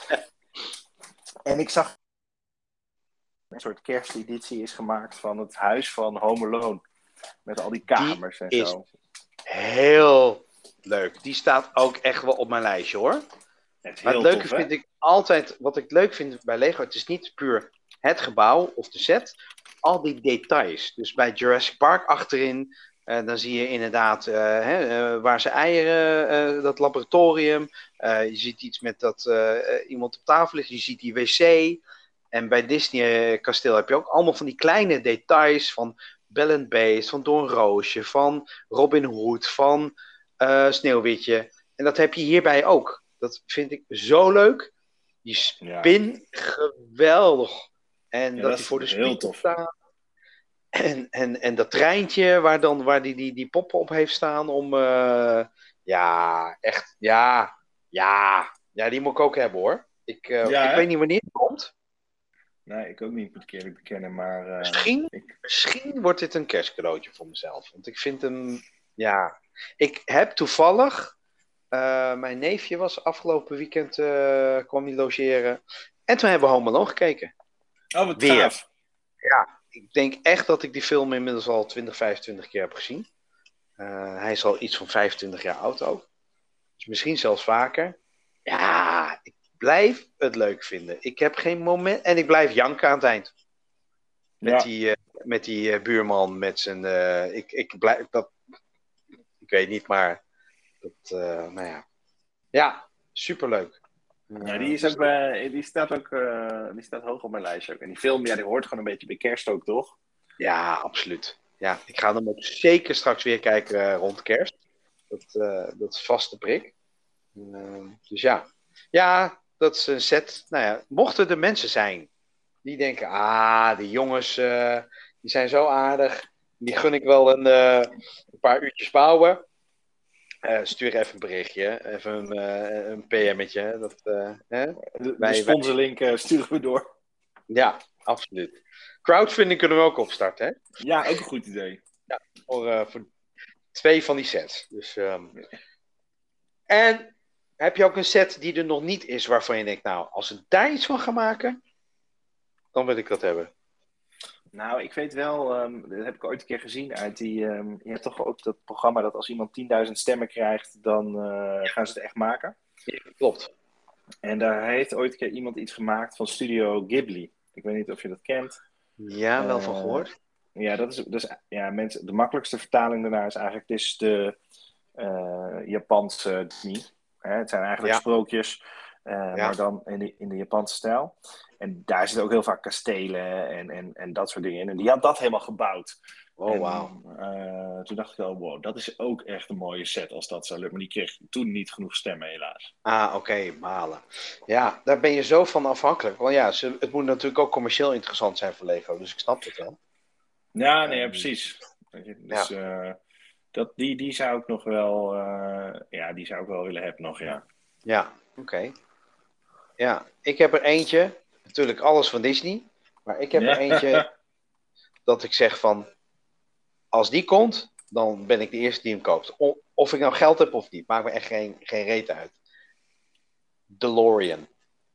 S2: En ik zag... Een soort kersteditie is gemaakt van het huis van Home Alone. Met al die kamers
S1: die
S2: en zo.
S1: Is heel leuk. Die staat ook echt wel op mijn lijstje, hoor.
S2: Het,
S1: maar het leuke tof, vind ik altijd, wat ik leuk vind bij Lego, het is niet puur het gebouw of de set, al die details. Dus bij Jurassic Park achterin, uh, dan zie je inderdaad uh, hè, uh, waar ze eieren, uh, dat laboratorium. Uh, je ziet iets met dat uh, iemand op tafel ligt, je ziet die wc. En bij Disney uh, Kasteel heb je ook allemaal van die kleine details van Belle and Beast, van Doornroosje, van Robin Hood, van uh, Sneeuwwitje. En dat heb je hierbij ook. Dat vind ik zo leuk. Die spin, ja. geweldig. En ja, dat hij voor de spiegel staat. En, en, en dat treintje waar dan waar die, die, die poppen op heeft staan om... Uh, ja, echt, ja, ja. Ja, die moet ik ook hebben, hoor. Ik, uh, ja, ik weet niet wanneer het komt.
S2: Nee, ik ook niet, moet ik eerlijk bekennen, maar... Uh,
S1: misschien,
S2: ik...
S1: misschien wordt dit een kerstcadeautje voor mezelf. Want ik vind hem... Ja, ik heb toevallig... Uh, mijn neefje was afgelopen weekend, uh, kwam hij logeren. En toen hebben we Home Alone gekeken.
S2: Oh, wat Weer. gaaf.
S1: Ja, ik denk echt dat ik die film inmiddels al twintig, vijfentwintig keer heb gezien. Uh, hij is al iets van vijfentwintig jaar oud ook. Dus misschien zelfs vaker. Ja, ik blijf het leuk vinden. Ik heb geen moment... En ik blijf janken aan het eind. Met ja. die, uh, met die uh, buurman, met zijn... Uh, ik, ik blijf... Dat, ik weet niet, maar... Dat, uh, nou ja. Ja, superleuk.
S2: Ja, die, is ook bij, die, staat ook, uh, die staat hoog op mijn lijstje ook. En die film, ja, die hoort gewoon een beetje bij kerst ook, toch?
S1: Ja, absoluut. Ja, ik ga hem ook zeker straks weer kijken uh, rond kerst. Dat, uh, dat is vaste prik. Uh, dus ja. Ja, dat is een set. Nou ja, mochten er mensen zijn die denken, ah, die jongens, uh, die zijn zo aardig. Die gun ik wel een, uh, een paar uurtjes bouwen. Uh, stuur even een berichtje, even een, uh, een P M'tje. Dat, uh, hè?
S2: De, de sponsorlink uh, sturen we door.
S1: Ja, absoluut. Crowdfunding kunnen we ook opstarten, hè?
S2: Ja, ook een goed idee.
S1: Ja, voor, uh, voor twee van die sets. Dus, um... En heb je ook een set die er nog niet is, waarvan je denkt, nou, als ze daar iets van gaan maken, dan wil ik dat hebben.
S2: Nou, ik weet wel, um, dat heb ik ooit een keer gezien uit die... Um, je hebt toch ook dat programma dat als iemand tienduizend stemmen krijgt, dan uh, gaan ze het echt maken.
S1: Ja, klopt.
S2: En daar heeft ooit een keer iemand iets gemaakt van Studio Ghibli. Ik weet niet of je dat kent.
S1: Ja, wel uh, van gehoord.
S2: Ja, dat is, dat is ja, mensen, de makkelijkste vertaling daarna is eigenlijk, het is de uh, Japanse Disney. Hè? Het zijn eigenlijk ja. sprookjes, uh, ja. maar dan in de, in de Japanse stijl. En daar zitten ook heel vaak kastelen en, en, en dat soort dingen in. En die had dat helemaal gebouwd.
S1: Oh, wauw.
S2: Uh, toen dacht ik al, wow, dat is ook echt een mooie set als dat zou lukken. Maar die kreeg toen niet genoeg stemmen, helaas.
S1: Ah, oké, okay, malen. Ja, daar ben je zo van afhankelijk. Want ja, ze, het moet natuurlijk ook commercieel interessant zijn voor Lego. Dus ik snap het wel.
S2: Ja, nee, ja, precies. Dus ja. uh, dat, die, die zou ik nog wel... Uh, ja, die zou ik wel willen hebben nog, ja.
S1: Ja, oké. Okay. Ja, ik heb er eentje... Natuurlijk alles van Disney. Maar ik heb ja. er eentje dat ik zeg van... Als die komt, dan ben ik de eerste die hem koopt. Of ik nou geld heb of niet. Maakt me echt geen, geen reet uit. DeLorean.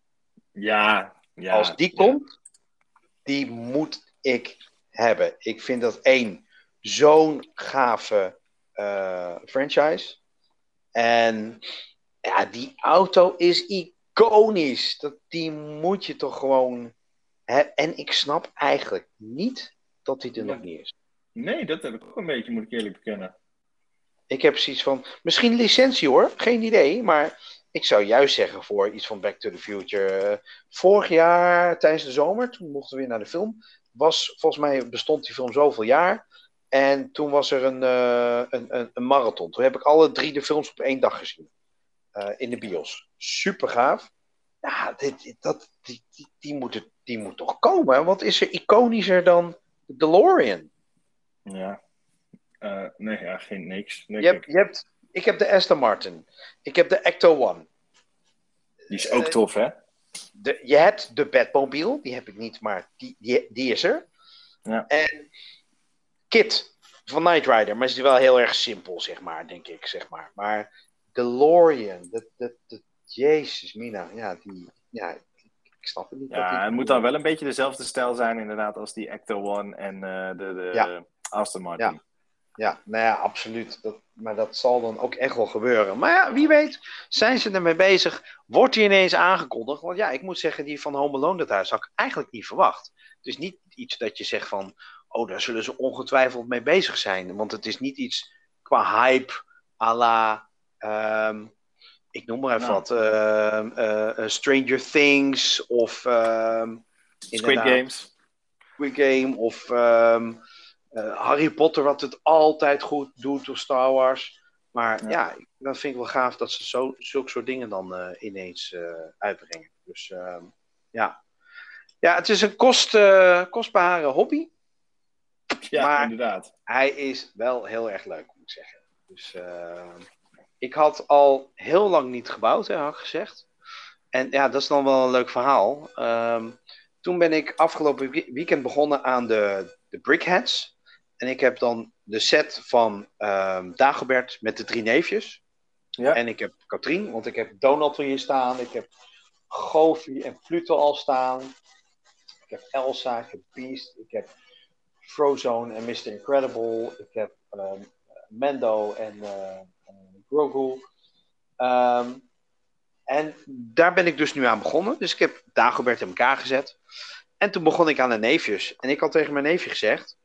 S2: Ja. ja
S1: als die
S2: ja.
S1: komt, die moet ik hebben. Ik vind dat één zo'n gave uh, franchise. En ja, die auto is iconisch. Dat, die moet je toch gewoon... Hè? En ik snap eigenlijk niet dat die er
S2: ja.
S1: nog niet is.
S2: Nee, dat heb ik ook een beetje, moet ik eerlijk bekennen.
S1: Ik heb precies van... Misschien licentie hoor, geen idee. Maar ik zou juist zeggen voor iets van Back to the Future. Uh, vorig jaar tijdens de zomer, toen mochten we weer naar de film. Was, volgens mij bestond die film zoveel jaar. En toen was er een, uh, een, een, een marathon. Toen heb ik alle drie de films op één dag gezien. Uh, in de bios. Super gaaf. Ja, dit, dat, die, die, die, moet het, die moet toch komen? Wat is er iconischer dan de DeLorean?
S2: Ja. Uh, nee, ja, geen niks.
S1: Je hebt, je hebt, ik heb de Aston Martin. Ik heb de Ecto One.
S2: Die is ook uh, tof, hè?
S1: De, je hebt de Batmobile. Die heb ik niet, maar die, die, die is er.
S2: Ja.
S1: En Kit van Knight Rider. Maar is die wel heel erg simpel, zeg maar, denk ik. Zeg maar. Maar DeLorean. Dat, dat, dat, Jezus, Mina. Ja, die... Ja, ik snap het niet.
S2: Ja,
S1: die...
S2: het moet dan wel een beetje dezelfde stijl zijn, inderdaad, als die Ecto One en uh, de, de
S1: ja.
S2: Aston Martin.
S1: Ja. Ja, nou ja, absoluut. Dat, maar dat zal dan ook echt wel gebeuren. Maar ja, wie weet, zijn ze ermee bezig? Wordt die ineens aangekondigd? Want ja, ik moet zeggen, die van Home Alone, dat huis had ik eigenlijk niet verwacht. Het is niet iets dat je zegt van, oh, daar zullen ze ongetwijfeld mee bezig zijn. Want het is niet iets qua hype, à la, um, ik noem maar even
S2: Nou.
S1: wat, uh, uh, uh, Stranger Things of um,
S2: Squid Games.
S1: Squid Game of... Um, Uh, Harry Potter, wat het altijd goed doet, of Star Wars. Maar ja, ja dan vind ik wel gaaf dat ze zo, zulke soort dingen dan uh, ineens uh, uitbrengen. Dus uh, ja. Ja, het is een kost, uh, kostbare hobby.
S2: Ja,
S1: maar
S2: inderdaad.
S1: Hij is wel heel erg leuk, moet ik zeggen. Dus uh, ik had al heel lang niet gebouwd, hè, had ik gezegd. En ja, dat is dan wel een leuk verhaal. Um, toen ben ik afgelopen weekend begonnen aan de, de Brickheads. En ik heb dan de set van um, Dagobert met de drie neefjes. Ja. En ik heb Katrien, want ik heb Donald hier staan. Ik heb Goofy en Pluto al staan. Ik heb Elsa, ik heb Beast. Ik heb Frozone en mister Incredible. Ik heb um, Mando en uh, Grogu. Um, en daar ben ik dus nu aan begonnen. Dus ik heb Dagobert in elkaar gezet. En toen begon ik aan de neefjes. En ik had tegen mijn neefje gezegd...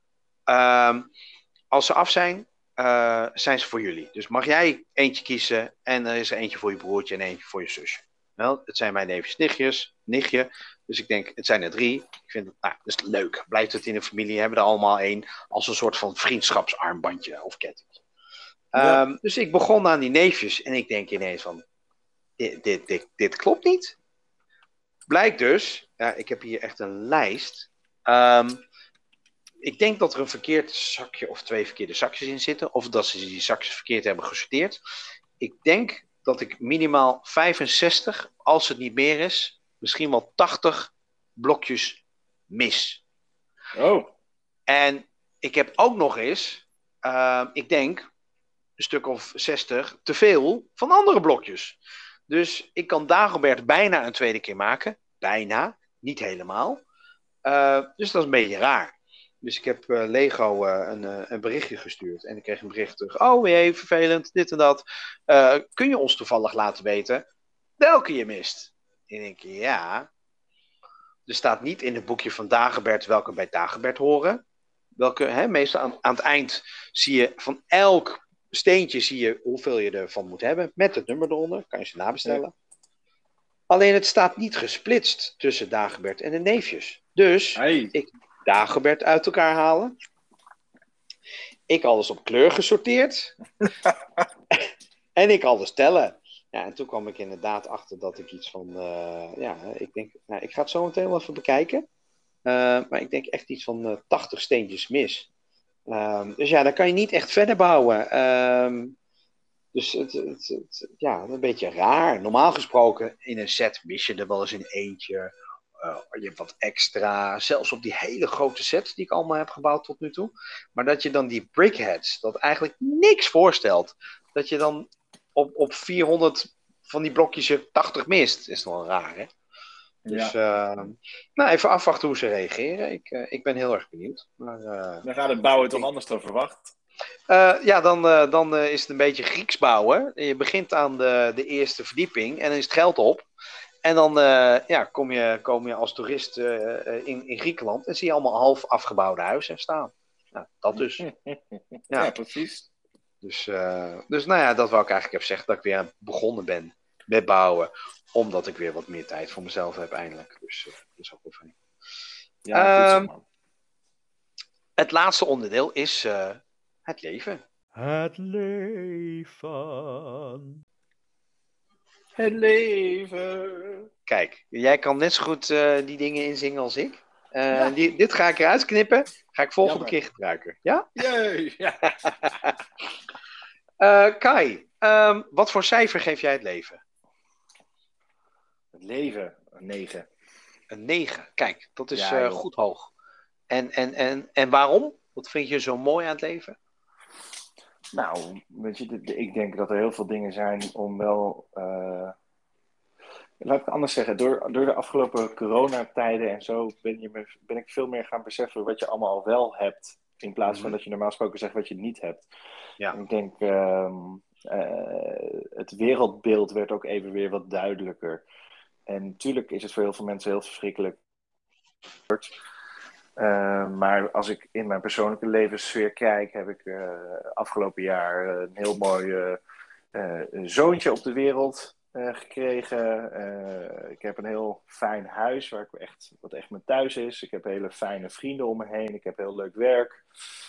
S1: Um, als ze af zijn, uh, zijn ze voor jullie. Dus mag jij eentje kiezen en er is er eentje voor je broertje en eentje voor je zusje. Wel, het zijn mijn neefjes, nichtjes, nichtje. Dus ik denk, het zijn er drie. Ik vind het, nou, dat is leuk. Blijft het in de familie, hebben er allemaal één als een soort van vriendschapsarmbandje of ketting. Ja. Um, dus ik begon aan die neefjes en ik denk ineens van, dit, dit, dit, dit klopt niet. Blijkt dus, ja, ik heb hier echt een lijst. Um, Ik denk dat er een verkeerd zakje of twee verkeerde zakjes in zitten. Of dat ze die zakjes verkeerd hebben gesorteerd. Ik denk dat ik minimaal vijfenzestig, als het niet meer is, misschien wel tachtig blokjes mis.
S2: Oh.
S1: En ik heb ook nog eens, uh, ik denk, een stuk of zestig te veel van andere blokjes. Dus ik kan Dagobert bijna een tweede keer maken. Bijna, niet helemaal. Uh, dus dat is een beetje raar. Dus ik heb uh, Lego uh, een, uh, een berichtje gestuurd. En ik kreeg een bericht terug. Oh jee, vervelend, dit en dat. Uh, kun je ons toevallig laten weten welke je mist? En ik denk, ja. Er staat niet in het boekje van Dagobert welke bij Dagobert horen. Welke, hè, meestal aan, aan het eind zie je van elk steentje zie je hoeveel je ervan moet hebben. Met het nummer eronder. Kan je ze nabestellen. Ja. Alleen het staat niet gesplitst tussen Dagobert en de neefjes. Dus
S2: hey.
S1: ik... Dagobert uit elkaar halen. Ik alles op kleur gesorteerd. En ik alles tellen. Ja, en toen kwam ik inderdaad achter dat ik iets van... Uh, ja, ik denk... Nou, ik ga het zo meteen wel even bekijken. Uh, maar ik denk echt iets van uh, tachtig steentjes mis. Um, dus ja, dan kan je niet echt verder bouwen. Um, dus het, het, het, ja, een beetje raar. Normaal gesproken in een set mis je er wel eens in eentje... Uh, je hebt wat extra, zelfs op die hele grote sets die ik allemaal heb gebouwd tot nu toe. Maar dat je dan die brickheads, dat eigenlijk niks voorstelt. Dat je dan op, op vierhonderd van die blokjes je tachtig mist. Is wel raar, hè? Dus, ja. uh, nou, even afwachten hoe ze reageren. Ik, uh, ik ben heel erg benieuwd. Maar, uh,
S2: dan gaat het bouwen toch anders dan verwacht?
S1: Uh, ja, dan, uh, dan uh, is het een beetje Grieks bouwen. Je begint aan de, de eerste verdieping en dan is het geld op. En dan uh, ja, kom, je, kom je als toerist uh, in, in Griekenland en zie je allemaal half afgebouwde huizen staan. Nou, dat dus.
S2: Ja,
S1: ja
S2: precies.
S1: Dus, uh, dus nou ja, dat wou ik eigenlijk even zeggen, dat ik weer begonnen ben met bouwen. Omdat ik weer wat meer tijd voor mezelf heb eindelijk. Dus uh, dat is ook wel fijn.
S2: Ja, goed zo, man.
S1: Het laatste onderdeel is uh, het leven.
S3: Het leven.
S2: Het leven.
S1: Kijk, jij kan net zo goed uh, die dingen inzingen als ik. Uh, ja. die, dit ga ik eruit knippen. Ga ik volgende Jammer. keer gebruiken. Ja?
S2: Jee. Ja.
S1: uh, Kai, um, wat voor cijfer geef jij het leven?
S2: Het leven? Een negen.
S1: Een negen. Kijk, dat is
S2: ja,
S1: uh, goed hoog. En, en, en, en waarom? Wat vind je zo mooi aan het leven?
S2: Nou, weet je, de, de, ik denk dat er heel veel dingen zijn om wel... Uh, laat ik het anders zeggen. Door, door de afgelopen coronatijden en zo ben, je me, ben ik veel meer gaan beseffen wat je allemaal al wel hebt. In plaats van
S1: Mhm.
S2: dat je normaal gesproken zegt wat je niet hebt.
S1: Ja.
S2: En ik denk, ehm, eh, het wereldbeeld werd ook even weer wat duidelijker. En natuurlijk is het voor heel veel mensen heel verschrikkelijk. Uh, maar als ik in mijn persoonlijke levenssfeer kijk, heb ik uh, afgelopen jaar een heel mooi uh, uh, zoontje op de wereld uh, gekregen. Uh, ik heb een heel fijn huis waar ik echt, wat echt mijn thuis is. Ik heb hele fijne vrienden om me heen. Ik heb heel leuk werk.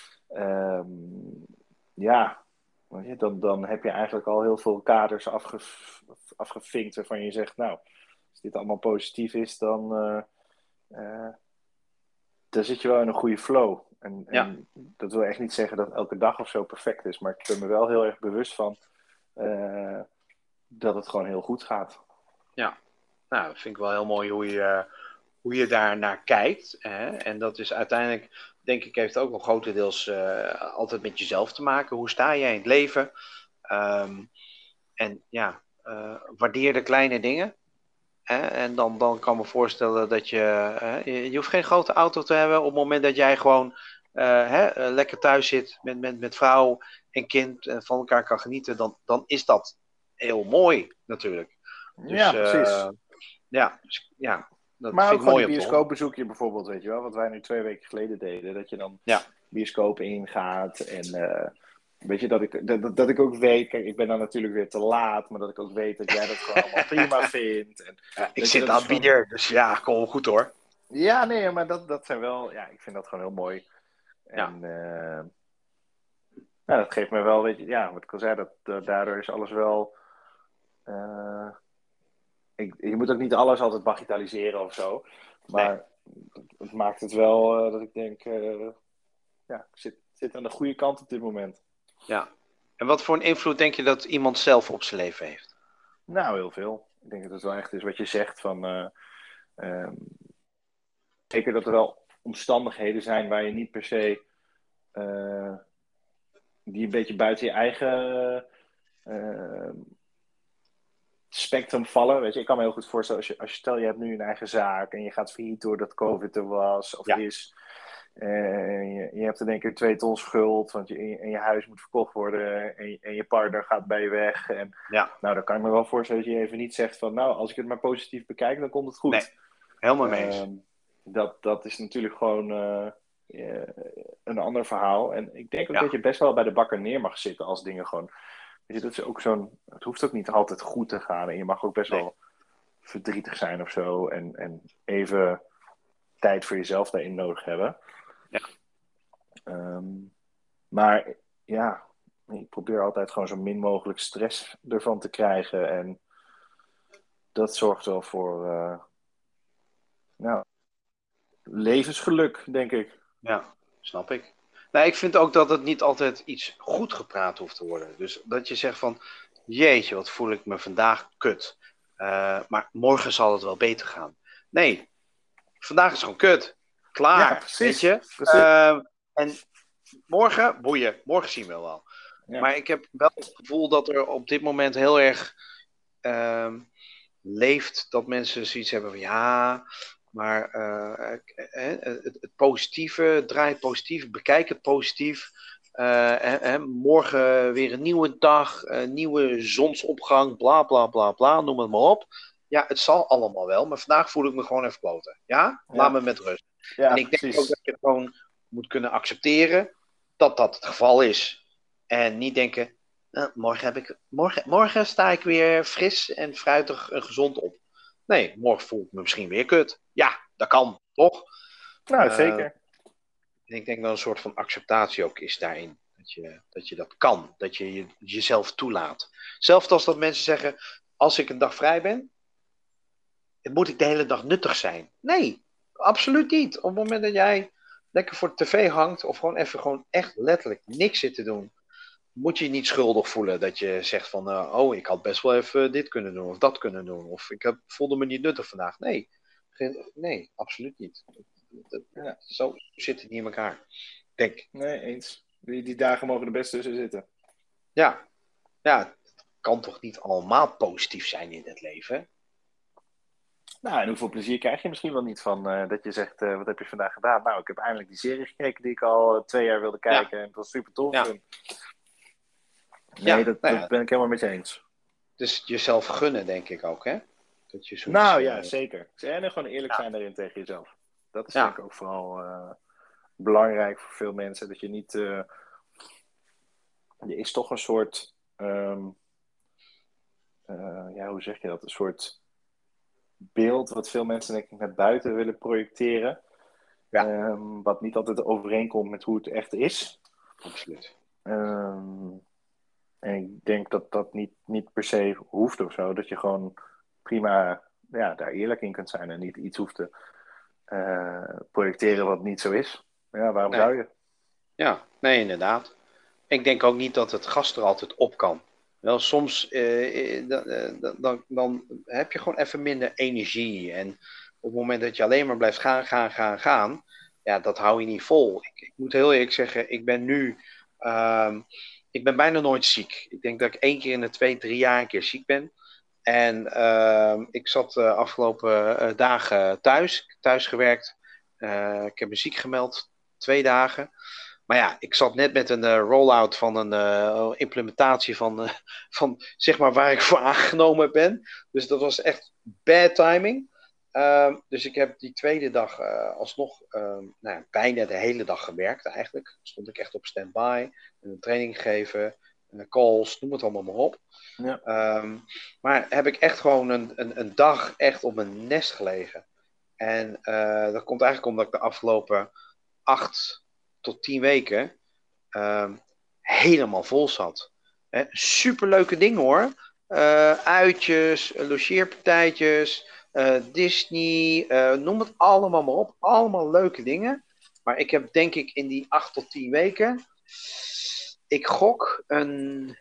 S2: Um, ja, dan, dan heb je eigenlijk al heel veel kaders afge, afgevinkt waarvan je zegt, nou, als dit allemaal positief is, dan... Uh, uh, dan zit je wel in een goede flow. En,
S1: Ja.
S2: en dat wil echt niet zeggen dat elke dag of zo perfect is. Maar ik ben me wel heel erg bewust van uh, dat het gewoon heel goed gaat.
S1: Ja, nou, dat vind ik wel heel mooi hoe je, hoe je daar naar kijkt. Hè? En dat is uiteindelijk, denk ik, heeft ook wel grotendeels uh, altijd met jezelf te maken. Hoe sta jij in het leven? Um, en ja, uh, waardeer de kleine dingen. Hè? En dan, dan kan ik me voorstellen dat je, uh, je... Je hoeft geen grote auto te hebben op het moment dat jij gewoon uh, hè, uh, lekker thuis zit met, met, met vrouw en kind en van elkaar kan genieten. Dan, dan is dat heel mooi natuurlijk. Dus,
S2: ja, precies.
S1: Uh, ja, dus, ja, dat
S2: maar
S1: vind
S2: ook
S1: ik mooi
S2: gewoon die
S1: om te horen.
S2: bioscoopbezoekje bijvoorbeeld, weet je wel. Wat wij nu twee weken geleden deden. Dat je dan
S1: ja.
S2: bioscoop ingaat en... Uh, weet je, dat ik, dat, dat ik ook weet... Kijk, ik ben dan natuurlijk weer te laat... maar dat ik ook weet dat jij dat gewoon allemaal prima vindt. En
S1: ja, ik
S2: dat
S1: zit
S2: aan
S1: aan
S2: dus
S1: bier,
S2: van...
S1: dus ja, kom wel goed hoor.
S2: Ja, nee, maar dat, dat zijn wel... Ja, ik vind dat gewoon heel mooi. En...
S1: Ja.
S2: Uh, ja, dat geeft me wel, weet je... Ja, wat ik al zei, dat, uh, daardoor is alles wel... Uh, ik, je moet ook niet alles altijd bagatelliseren of zo. Maar nee. Het maakt het wel uh, dat ik denk... Uh, ja, ik zit, zit aan de goede kant op dit moment.
S1: Ja. En wat voor een invloed denk je dat iemand zelf op zijn leven heeft?
S2: Nou, heel veel. Ik denk dat het wel echt is wat je zegt van... Uh, um, zeker dat er wel omstandigheden zijn waar je niet per se... Uh, die een beetje buiten je eigen... Uh, spectrum vallen. Weet je, ik kan me heel goed voorstellen, als je, als je stel je hebt nu een eigen zaak en je gaat failliet doordat COVID er was of
S1: ja.
S2: is. En je, je hebt in één keer twee ton schuld, want je, en je huis moet verkocht worden en je, en je partner gaat bij je weg. En,
S1: ja.
S2: Nou, dan kan ik me wel voorstellen dat je even niet zegt van, nou, als ik het maar positief bekijk, dan komt het goed.
S1: Nee, helemaal mee eens.
S2: Uh, dat, dat is natuurlijk gewoon uh, uh, een ander verhaal. En ik denk ook ja. dat je best wel bij de bakker neer mag zitten als dingen gewoon... Weet je, dat is ook zo'n... Het hoeft ook niet altijd goed te gaan. En je mag ook best nee. wel verdrietig zijn of zo. En, en even tijd voor jezelf daarin nodig hebben.
S1: Ja.
S2: Um, maar ja, ik probeer altijd gewoon zo min mogelijk stress ervan te krijgen. En dat zorgt wel voor... Uh, nou, levensgeluk, denk ik.
S1: Ja, snap ik. Nou, ik vind ook dat het niet altijd iets goed gepraat hoeft te worden. Dus dat je zegt van, jeetje, wat voel ik me vandaag kut. Uh, maar morgen zal het wel beter gaan. Nee, vandaag is gewoon kut. Klaar,
S2: ja, precies,
S1: weet je.
S2: Precies.
S1: Uh, en morgen, boeien, morgen zien we wel. Ja. Maar ik heb wel het gevoel dat er op dit moment heel erg uh, leeft dat mensen zoiets hebben van, ja... Maar uh, het, het positieve, draai het positief, bekijk het positief. Uh, he, he, morgen weer een nieuwe dag, een nieuwe zonsopgang, bla bla bla bla, noem het maar op. Ja, het zal allemaal wel, maar vandaag voel ik me gewoon even kloten. Ja? Laat ja. me met rust. Ja, en ik precies. denk ook dat je gewoon moet kunnen accepteren dat dat het geval is. En niet denken, nou, morgen, heb ik, morgen, morgen sta ik weer fris en fruitig en gezond op. Nee, morgen voel ik me misschien weer kut. Ja, dat kan, toch?
S2: Nou, uh, zeker.
S1: En ik denk dat een soort van acceptatie ook is daarin. Dat je dat, je dat kan. Dat je, je jezelf toelaat. Zelfs als dat mensen zeggen, als ik een dag vrij ben, moet ik de hele dag nuttig zijn. Nee, absoluut niet. Op het moment dat jij lekker voor de tv hangt, of gewoon even gewoon echt letterlijk niks zit te doen, moet je je niet schuldig voelen dat je zegt van, uh, oh, ik had best wel even dit kunnen doen of dat kunnen doen. Of ik heb, voelde me niet nuttig vandaag. Nee, geen, nee, absoluut niet. Dat, ja, zo zit het niet in elkaar. Denk.
S2: Nee, eens. Die, die dagen mogen er best tussen zitten.
S1: Ja, ja, het kan toch niet allemaal positief zijn in het leven?
S4: Nou, en hoeveel plezier krijg je misschien wel niet van uh, dat je zegt, uh, wat heb je vandaag gedaan? Nou, ik heb eindelijk die serie gekeken die ik al uh, twee jaar wilde kijken. Ja. En het was super tof.
S1: Ja.
S4: En... Nee,
S1: ja,
S4: dat,
S1: nou
S4: dat
S1: ja.
S4: ben ik helemaal met je eens.
S1: Dus jezelf gunnen, denk ik ook, hè? Dat je zoiets,
S4: nou ja,
S1: uh...
S4: zeker. En gewoon eerlijk
S1: ja.
S4: zijn daarin tegen jezelf. Dat is
S1: ja.
S4: denk ik ook vooral uh, belangrijk voor veel mensen. Dat je niet... Uh, er is toch een soort... Um, uh, ja, hoe zeg je dat? Een soort beeld wat veel mensen denk ik naar buiten willen projecteren.
S1: Ja.
S4: Um, wat niet altijd overeenkomt met hoe het echt is.
S1: Absoluut.
S4: Um, en ik denk dat dat niet, niet per se hoeft of zo. Dat je gewoon prima ja, daar eerlijk in kunt zijn. En niet iets hoeft te uh, projecteren wat niet zo is. Ja, waarom
S1: nee.
S4: zou je?
S1: Ja, nee, inderdaad. Ik denk ook niet dat het gas er altijd op kan. Wel, soms uh, dan, dan, dan heb je gewoon even minder energie. En op het moment dat je alleen maar blijft gaan, gaan, gaan, gaan... Ja, dat hou je niet vol. Ik, ik moet heel eerlijk zeggen, ik ben nu... Uh, ik ben bijna nooit ziek. Ik denk dat ik één keer in de twee, drie jaar een keer ziek ben. En uh, ik zat de afgelopen uh, dagen thuis. Ik heb thuis gewerkt. Uh, ik heb me ziek gemeld. Twee dagen. Maar ja, ik zat net met een uh, roll-out van een uh, implementatie van, uh, van zeg maar waar ik voor aangenomen ben. Dus dat was echt bad timing. Uh, dus ik heb die tweede dag uh, alsnog uh, nou ja, bijna de hele dag gewerkt eigenlijk. Stond ik echt op standby, een training gegeven, uh, calls, noem het allemaal maar op.
S4: Ja.
S1: Um, maar heb ik echt gewoon een, een, een dag echt op mijn nest gelegen. En uh, dat komt eigenlijk omdat ik de afgelopen acht tot tien weken uh, helemaal vol zat. Hè, superleuke dingen hoor. Uh, uitjes, logeerpartijtjes, uh, Disney, uh, noem het allemaal maar op. Allemaal leuke dingen. Maar ik heb denk ik in die acht tot tien weken, ik gok een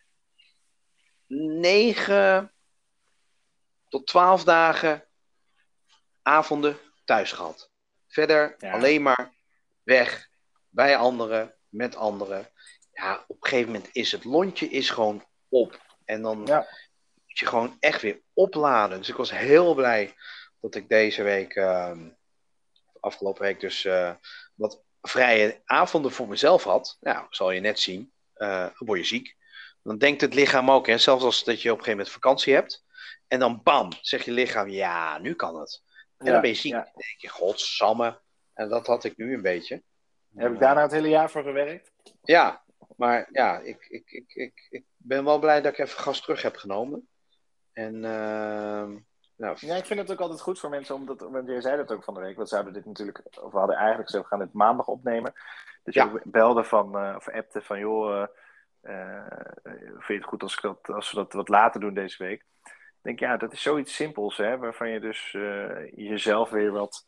S1: negen tot twaalf dagen avonden thuis gehad. Verder ja. alleen maar weg, bij anderen, met anderen. Ja, op een gegeven moment is het lontje is gewoon op. En dan ja. moet je gewoon echt weer opladen. Dus ik was heel blij dat ik deze week, uh, afgelopen week dus, uh, wat vrije avonden voor mezelf had. Nou, zal je net zien, uh, dan word je ziek. Dan denkt het lichaam ook, hè, zelfs als dat je op een gegeven moment vakantie hebt. En dan bam, zegt je lichaam, ja, nu kan het. En ja, dan ben je ziek. Ja. Dan denk je, godsamme. En dat had ik nu een beetje.
S4: Heb ik daar nou het hele jaar voor gewerkt?
S1: Ja, maar ja, ik, ik, ik, ik, ik ben wel blij dat ik even gas terug heb genomen. En, uh, nou,
S4: ja, ik vind het ook altijd goed voor mensen, omdat, want jij zei dat ook van de week, want ze hadden dit natuurlijk, of we hadden eigenlijk gezegd, we gaan het maandag opnemen. Dus ja. je belde van, uh, of appte van, joh, uh, uh, vind je het goed als, ik dat, als we dat wat later doen deze week? Ik denk, ja, dat is zoiets simpels, hè, waarvan je dus uh, jezelf weer wat...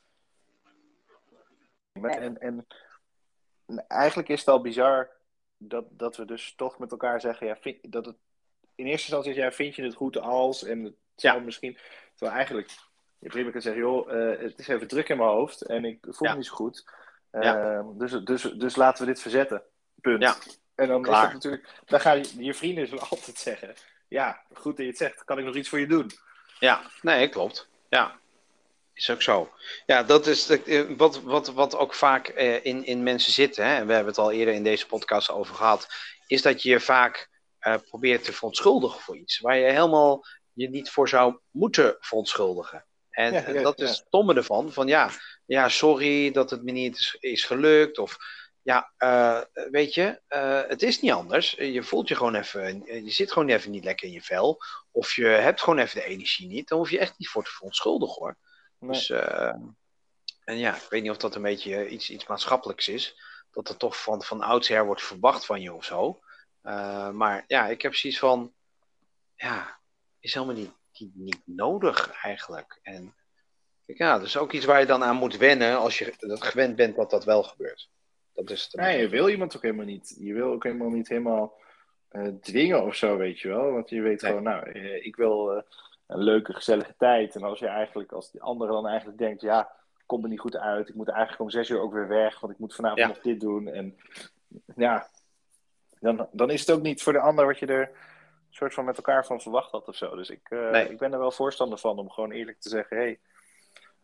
S4: En, en eigenlijk is het al bizar dat, dat we dus toch met elkaar zeggen, ja, vind, dat het in eerste instantie is, ja, vind je het goed als, en het zal ja. misschien, terwijl eigenlijk je prima kunt zeggen, joh, uh, het is even druk in mijn hoofd en ik voel ja. me niet zo goed, uh, ja. dus, dus, dus laten we dit verzetten, punt.
S1: Ja.
S4: En dan
S1: Klaar.
S4: is dat natuurlijk, dan gaan je, je vrienden zullen altijd zeggen, ja, goed dat je het zegt, kan ik nog iets voor je doen?
S1: Ja, nee, klopt, ja. Is ook zo. Ja, dat is de, wat, wat, wat ook vaak uh, in, in mensen zit, hè, en we hebben het al eerder in deze podcast over gehad, is dat je je vaak uh, probeert te verontschuldigen voor iets, waar je helemaal je niet voor zou moeten verontschuldigen. En ja, ja, dat is ja. het stomme ervan, van ja, ja, sorry dat het me niet is, is gelukt, of ja, uh, weet je, uh, het is niet anders. Je voelt je gewoon even, je zit gewoon even niet lekker in je vel, of je hebt gewoon even de energie niet, dan hoef je echt niet voor te verontschuldigen hoor. Nee. Dus, uh, en ja, ik weet niet of dat een beetje iets, iets maatschappelijks is. Dat er toch van, van oudsher wordt verwacht van je of zo. Uh, maar ja, ik heb zoiets van, ja, is helemaal niet, niet, niet nodig eigenlijk. En kijk, ja, dat is ook iets waar je dan aan moet wennen als je dat gewend bent dat dat wel gebeurt. Dat is het.
S4: Nee, je wil iemand ook helemaal niet. Je wil ook helemaal niet helemaal uh, dwingen of zo, weet je wel. Want je weet nee. gewoon, nou, uh, ik wil... Uh, een leuke, gezellige tijd. En als je eigenlijk, als die andere dan eigenlijk denkt, ja, komt er niet goed uit. Ik moet eigenlijk om zes uur ook weer weg, want ik moet vanavond ja. nog dit doen. En ja, dan, dan is het ook niet voor de ander wat je er soort van met elkaar van verwacht had of zo. Dus ik, uh, nee. ik ben er wel voorstander van om gewoon eerlijk te zeggen, hé, hey,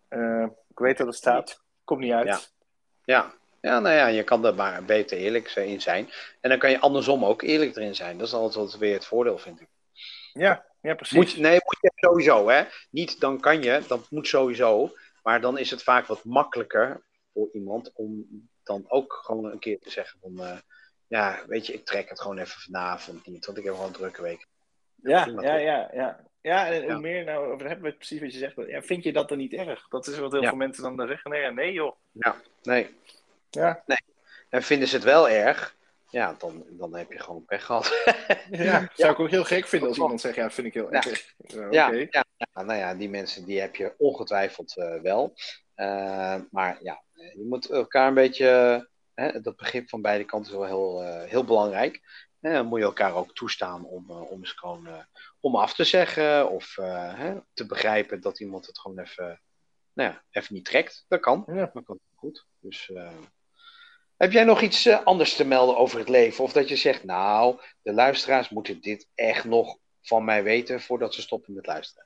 S4: Uh, ik weet dat het staat. Komt niet uit.
S1: Ja. Ja. Ja, nou ja, je kan er maar beter eerlijk in zijn. En dan kan je andersom ook eerlijk erin zijn. Dat is altijd weer het voordeel, vind ik.
S4: Ja, ja precies.
S1: Moet, nee, moet je sowieso, hè. Niet dan kan je, dat moet sowieso. Maar dan is het vaak wat makkelijker voor iemand om dan ook gewoon een keer te zeggen van... Uh, ja, weet je, ik trek het gewoon even vanavond niet, want ik heb gewoon een drukke week.
S4: Ja, ja, ja, ja. Ja, en hoe
S1: ja.
S4: meer nou, over hebben we het precies wat je zegt. Ja, vind je dat dan niet erg? Dat is wat heel ja. veel mensen dan zeggen. Nee, nee joh.
S1: Ja, nee.
S4: Ja.
S1: Nee. En vinden ze het wel erg, ja, dan, dan heb je gewoon pech gehad.
S4: Ja, zou ja. ik ook heel gek vinden als iemand zegt, ja, vind ik heel
S1: ja.
S4: erg. Ja,
S1: ja,
S4: okay.
S1: ja, ja, nou ja, die mensen die heb je ongetwijfeld uh, wel. Uh, maar ja, je moet elkaar een beetje, hè, dat begrip van beide kanten is wel heel, uh, heel belangrijk. En dan moet je elkaar ook toestaan om, uh, om eens gewoon uh, om af te zeggen of uh, hè, te begrijpen dat iemand het gewoon even, nou ja, even niet trekt. Dat kan,
S4: ja.
S1: dat kan goed. Dus... Uh, Heb jij nog iets uh, anders te melden over het leven? Of dat je zegt, nou, de luisteraars moeten dit echt nog van mij weten voordat ze stoppen met luisteren?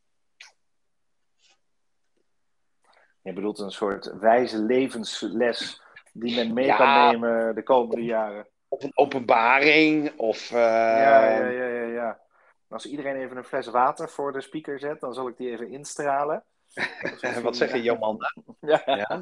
S4: Je bedoelt een soort wijze levensles die men mee ja. kan nemen de komende jaren.
S1: Of een openbaring, of... Uh...
S4: Ja, ja, ja, ja, ja. Als iedereen even een fles water voor de speaker zet, dan zal ik die even instralen.
S1: Wat zeg je, Jomanda?
S4: Ja. ja.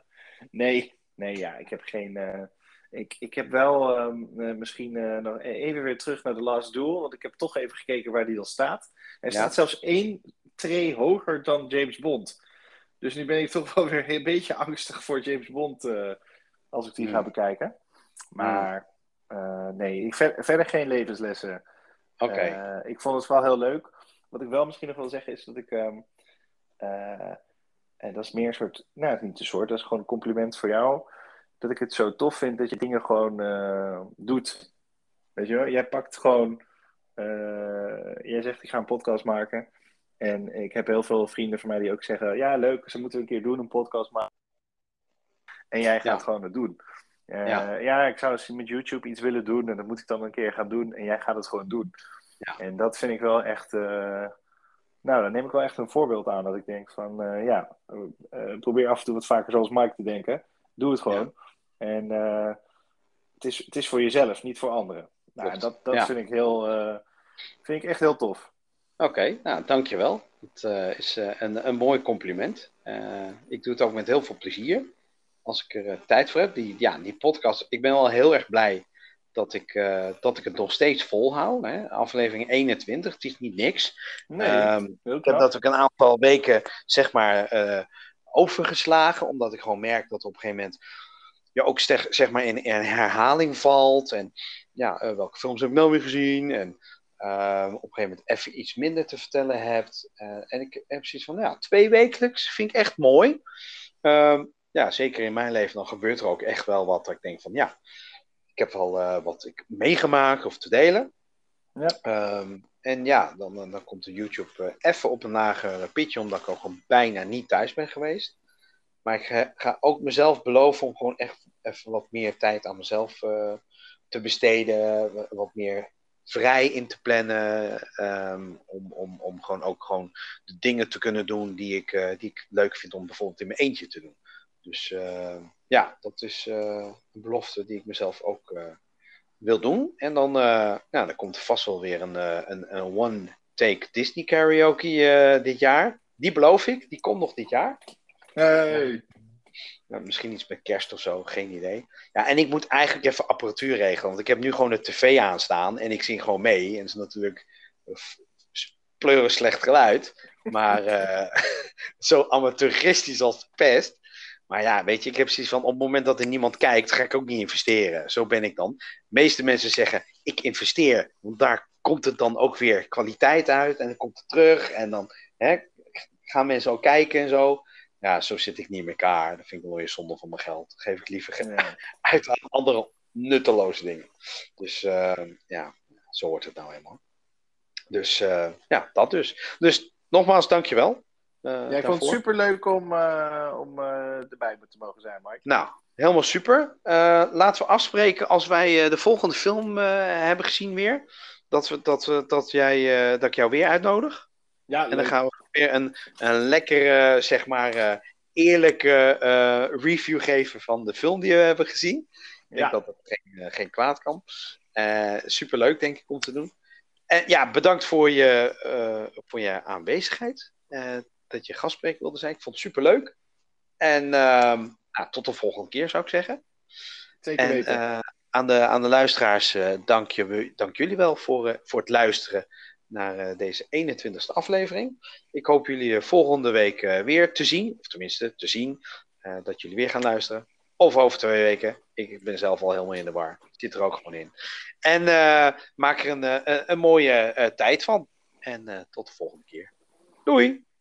S4: Nee. Nee, ja, ik heb geen... Uh, ik, ik heb wel um, uh, misschien uh, nog even weer terug naar The Last Duel. Want ik heb toch even gekeken waar die dan staat. Hij ja. staat zelfs één tree hoger dan James Bond. Dus nu ben ik toch wel weer een beetje angstig voor James Bond. Uh, als ik die mm. ga bekijken. Maar uh, nee, ik ver, verder geen levenslessen.
S1: Oké. Okay.
S4: Uh, ik vond het wel heel leuk. Wat ik wel misschien nog wil zeggen is dat ik... Um, uh, En dat is meer een soort, nou niet een soort, dat is gewoon een compliment voor jou. Dat ik het zo tof vind dat je dingen gewoon uh, doet. Weet je wel, jij pakt gewoon, uh, jij zegt ik ga een podcast maken. En ik heb heel veel vrienden van mij die ook zeggen, ja leuk, ze moeten een keer doen, een podcast maken. En jij gaat ja. gewoon het doen. Uh, ja. ja, ik zou eens met YouTube iets willen doen en dat moet ik dan een keer gaan doen. En jij gaat het gewoon doen. Ja. En dat vind ik wel echt... Uh, Nou, dan neem ik wel echt een voorbeeld aan. Dat ik denk van, uh, ja, uh, probeer af en toe wat vaker zoals Mike te denken. Doe het gewoon. Ja. En uh, het, is, het is voor jezelf, niet voor anderen. Nou, dat dat ja. vind ik heel, uh, vind ik echt heel tof.
S1: Oké, okay, nou, dankjewel. Het uh, is uh, een, een mooi compliment. Uh, ik doe het ook met heel veel plezier. Als ik er uh, tijd voor heb. Die, ja, die podcast, ik ben wel heel erg blij dat ik, uh, dat ik het nog steeds volhoud. Hè? Aflevering eenentwintig, het is niet niks.
S4: Nee,
S1: um, ik heb dat ook een aantal weken, zeg maar, uh, overgeslagen. Omdat ik gewoon merk dat op een gegeven moment je ook zeg, zeg maar in, in herhaling valt. En ja, uh, welke films heb ik nou weer gezien? En uh, op een gegeven moment even iets minder te vertellen hebt. Uh, en ik heb zoiets van, ja, twee wekelijks vind ik echt mooi. Uh, ja, zeker in mijn leven dan gebeurt er ook echt wel wat. Dat ik denk van, ja... Ik heb wel uh, wat ik meegemaakt of te delen.
S4: Ja.
S1: Um, en ja, dan, dan komt de YouTube uh, even op een lager pitje, omdat ik ook gewoon bijna niet thuis ben geweest. Maar ik ga, ga ook mezelf beloven om gewoon echt even wat meer tijd aan mezelf uh, te besteden. Wat meer vrij in te plannen. Um, om, om, om gewoon ook gewoon de dingen te kunnen doen die ik, uh, die ik leuk vind om bijvoorbeeld in mijn eentje te doen. Dus uh, ja, dat is uh, een belofte die ik mezelf ook uh, wil doen. En dan, uh, ja, dan komt er vast wel weer een, uh, een, een one-take Disney karaoke uh, dit jaar. Die beloof ik, die komt nog dit jaar.
S4: Hey.
S1: Ja, misschien iets met kerst of zo, geen idee. Ja, en ik moet eigenlijk even apparatuur regelen. Want ik heb nu gewoon de tv aanstaan en ik zing gewoon mee. En het is natuurlijk pleuren slecht geluid. Maar uh, zo amateuristisch als de pest. Maar ja, weet je, ik heb zoiets van, op het moment dat er niemand kijkt, ga ik ook niet investeren. Zo ben ik dan. De meeste mensen zeggen, ik investeer. Want daar komt het dan ook weer kwaliteit uit. En dan komt het terug. En dan hè, gaan mensen ook kijken en zo. Ja, zo zit ik niet in elkaar. Dat vind ik wel weer zonde van mijn geld. Dat geef ik liever ge-
S4: ja.
S1: uit aan andere nutteloze dingen. Dus uh, ja, zo wordt het nou helemaal. Dus uh, ja, dat dus. Dus nogmaals, dankjewel.
S4: Uh, ja, ik vond het super leuk om, uh, om uh, erbij te mogen zijn, Mike.
S1: Nou, helemaal super. Uh, laten we afspreken als wij uh, de volgende film uh, hebben gezien weer. Dat, we, dat, we, dat, jij, uh, dat ik jou weer uitnodig.
S4: Ja,
S1: en
S4: leuk.
S1: dan gaan we, weer een, een lekkere, zeg maar, uh, eerlijke uh, review geven van de film die we hebben gezien. Ik denk ja. dat dat geen, uh, geen kwaad kan. Uh, superleuk, denk ik, om te doen. En ja, bedankt voor je, uh, voor je aanwezigheid. Uh, dat je gastspreker wilde zijn. Ik vond het superleuk. En uh, nou, tot de volgende keer, zou ik zeggen.
S4: Zeker weten.
S1: En uh, aan, de, aan de luisteraars, uh, dank, je, dank jullie wel voor, uh, voor het luisteren naar uh, deze eenentwintigste aflevering. Ik hoop jullie uh, volgende week uh, weer te zien. Of tenminste, te zien. Uh, dat jullie weer gaan luisteren. Of over twee weken. Ik ben zelf al helemaal in de war. Ik zit er ook gewoon in. En uh, maak er een, uh, een mooie uh, tijd van. En uh, tot de volgende keer. Doei!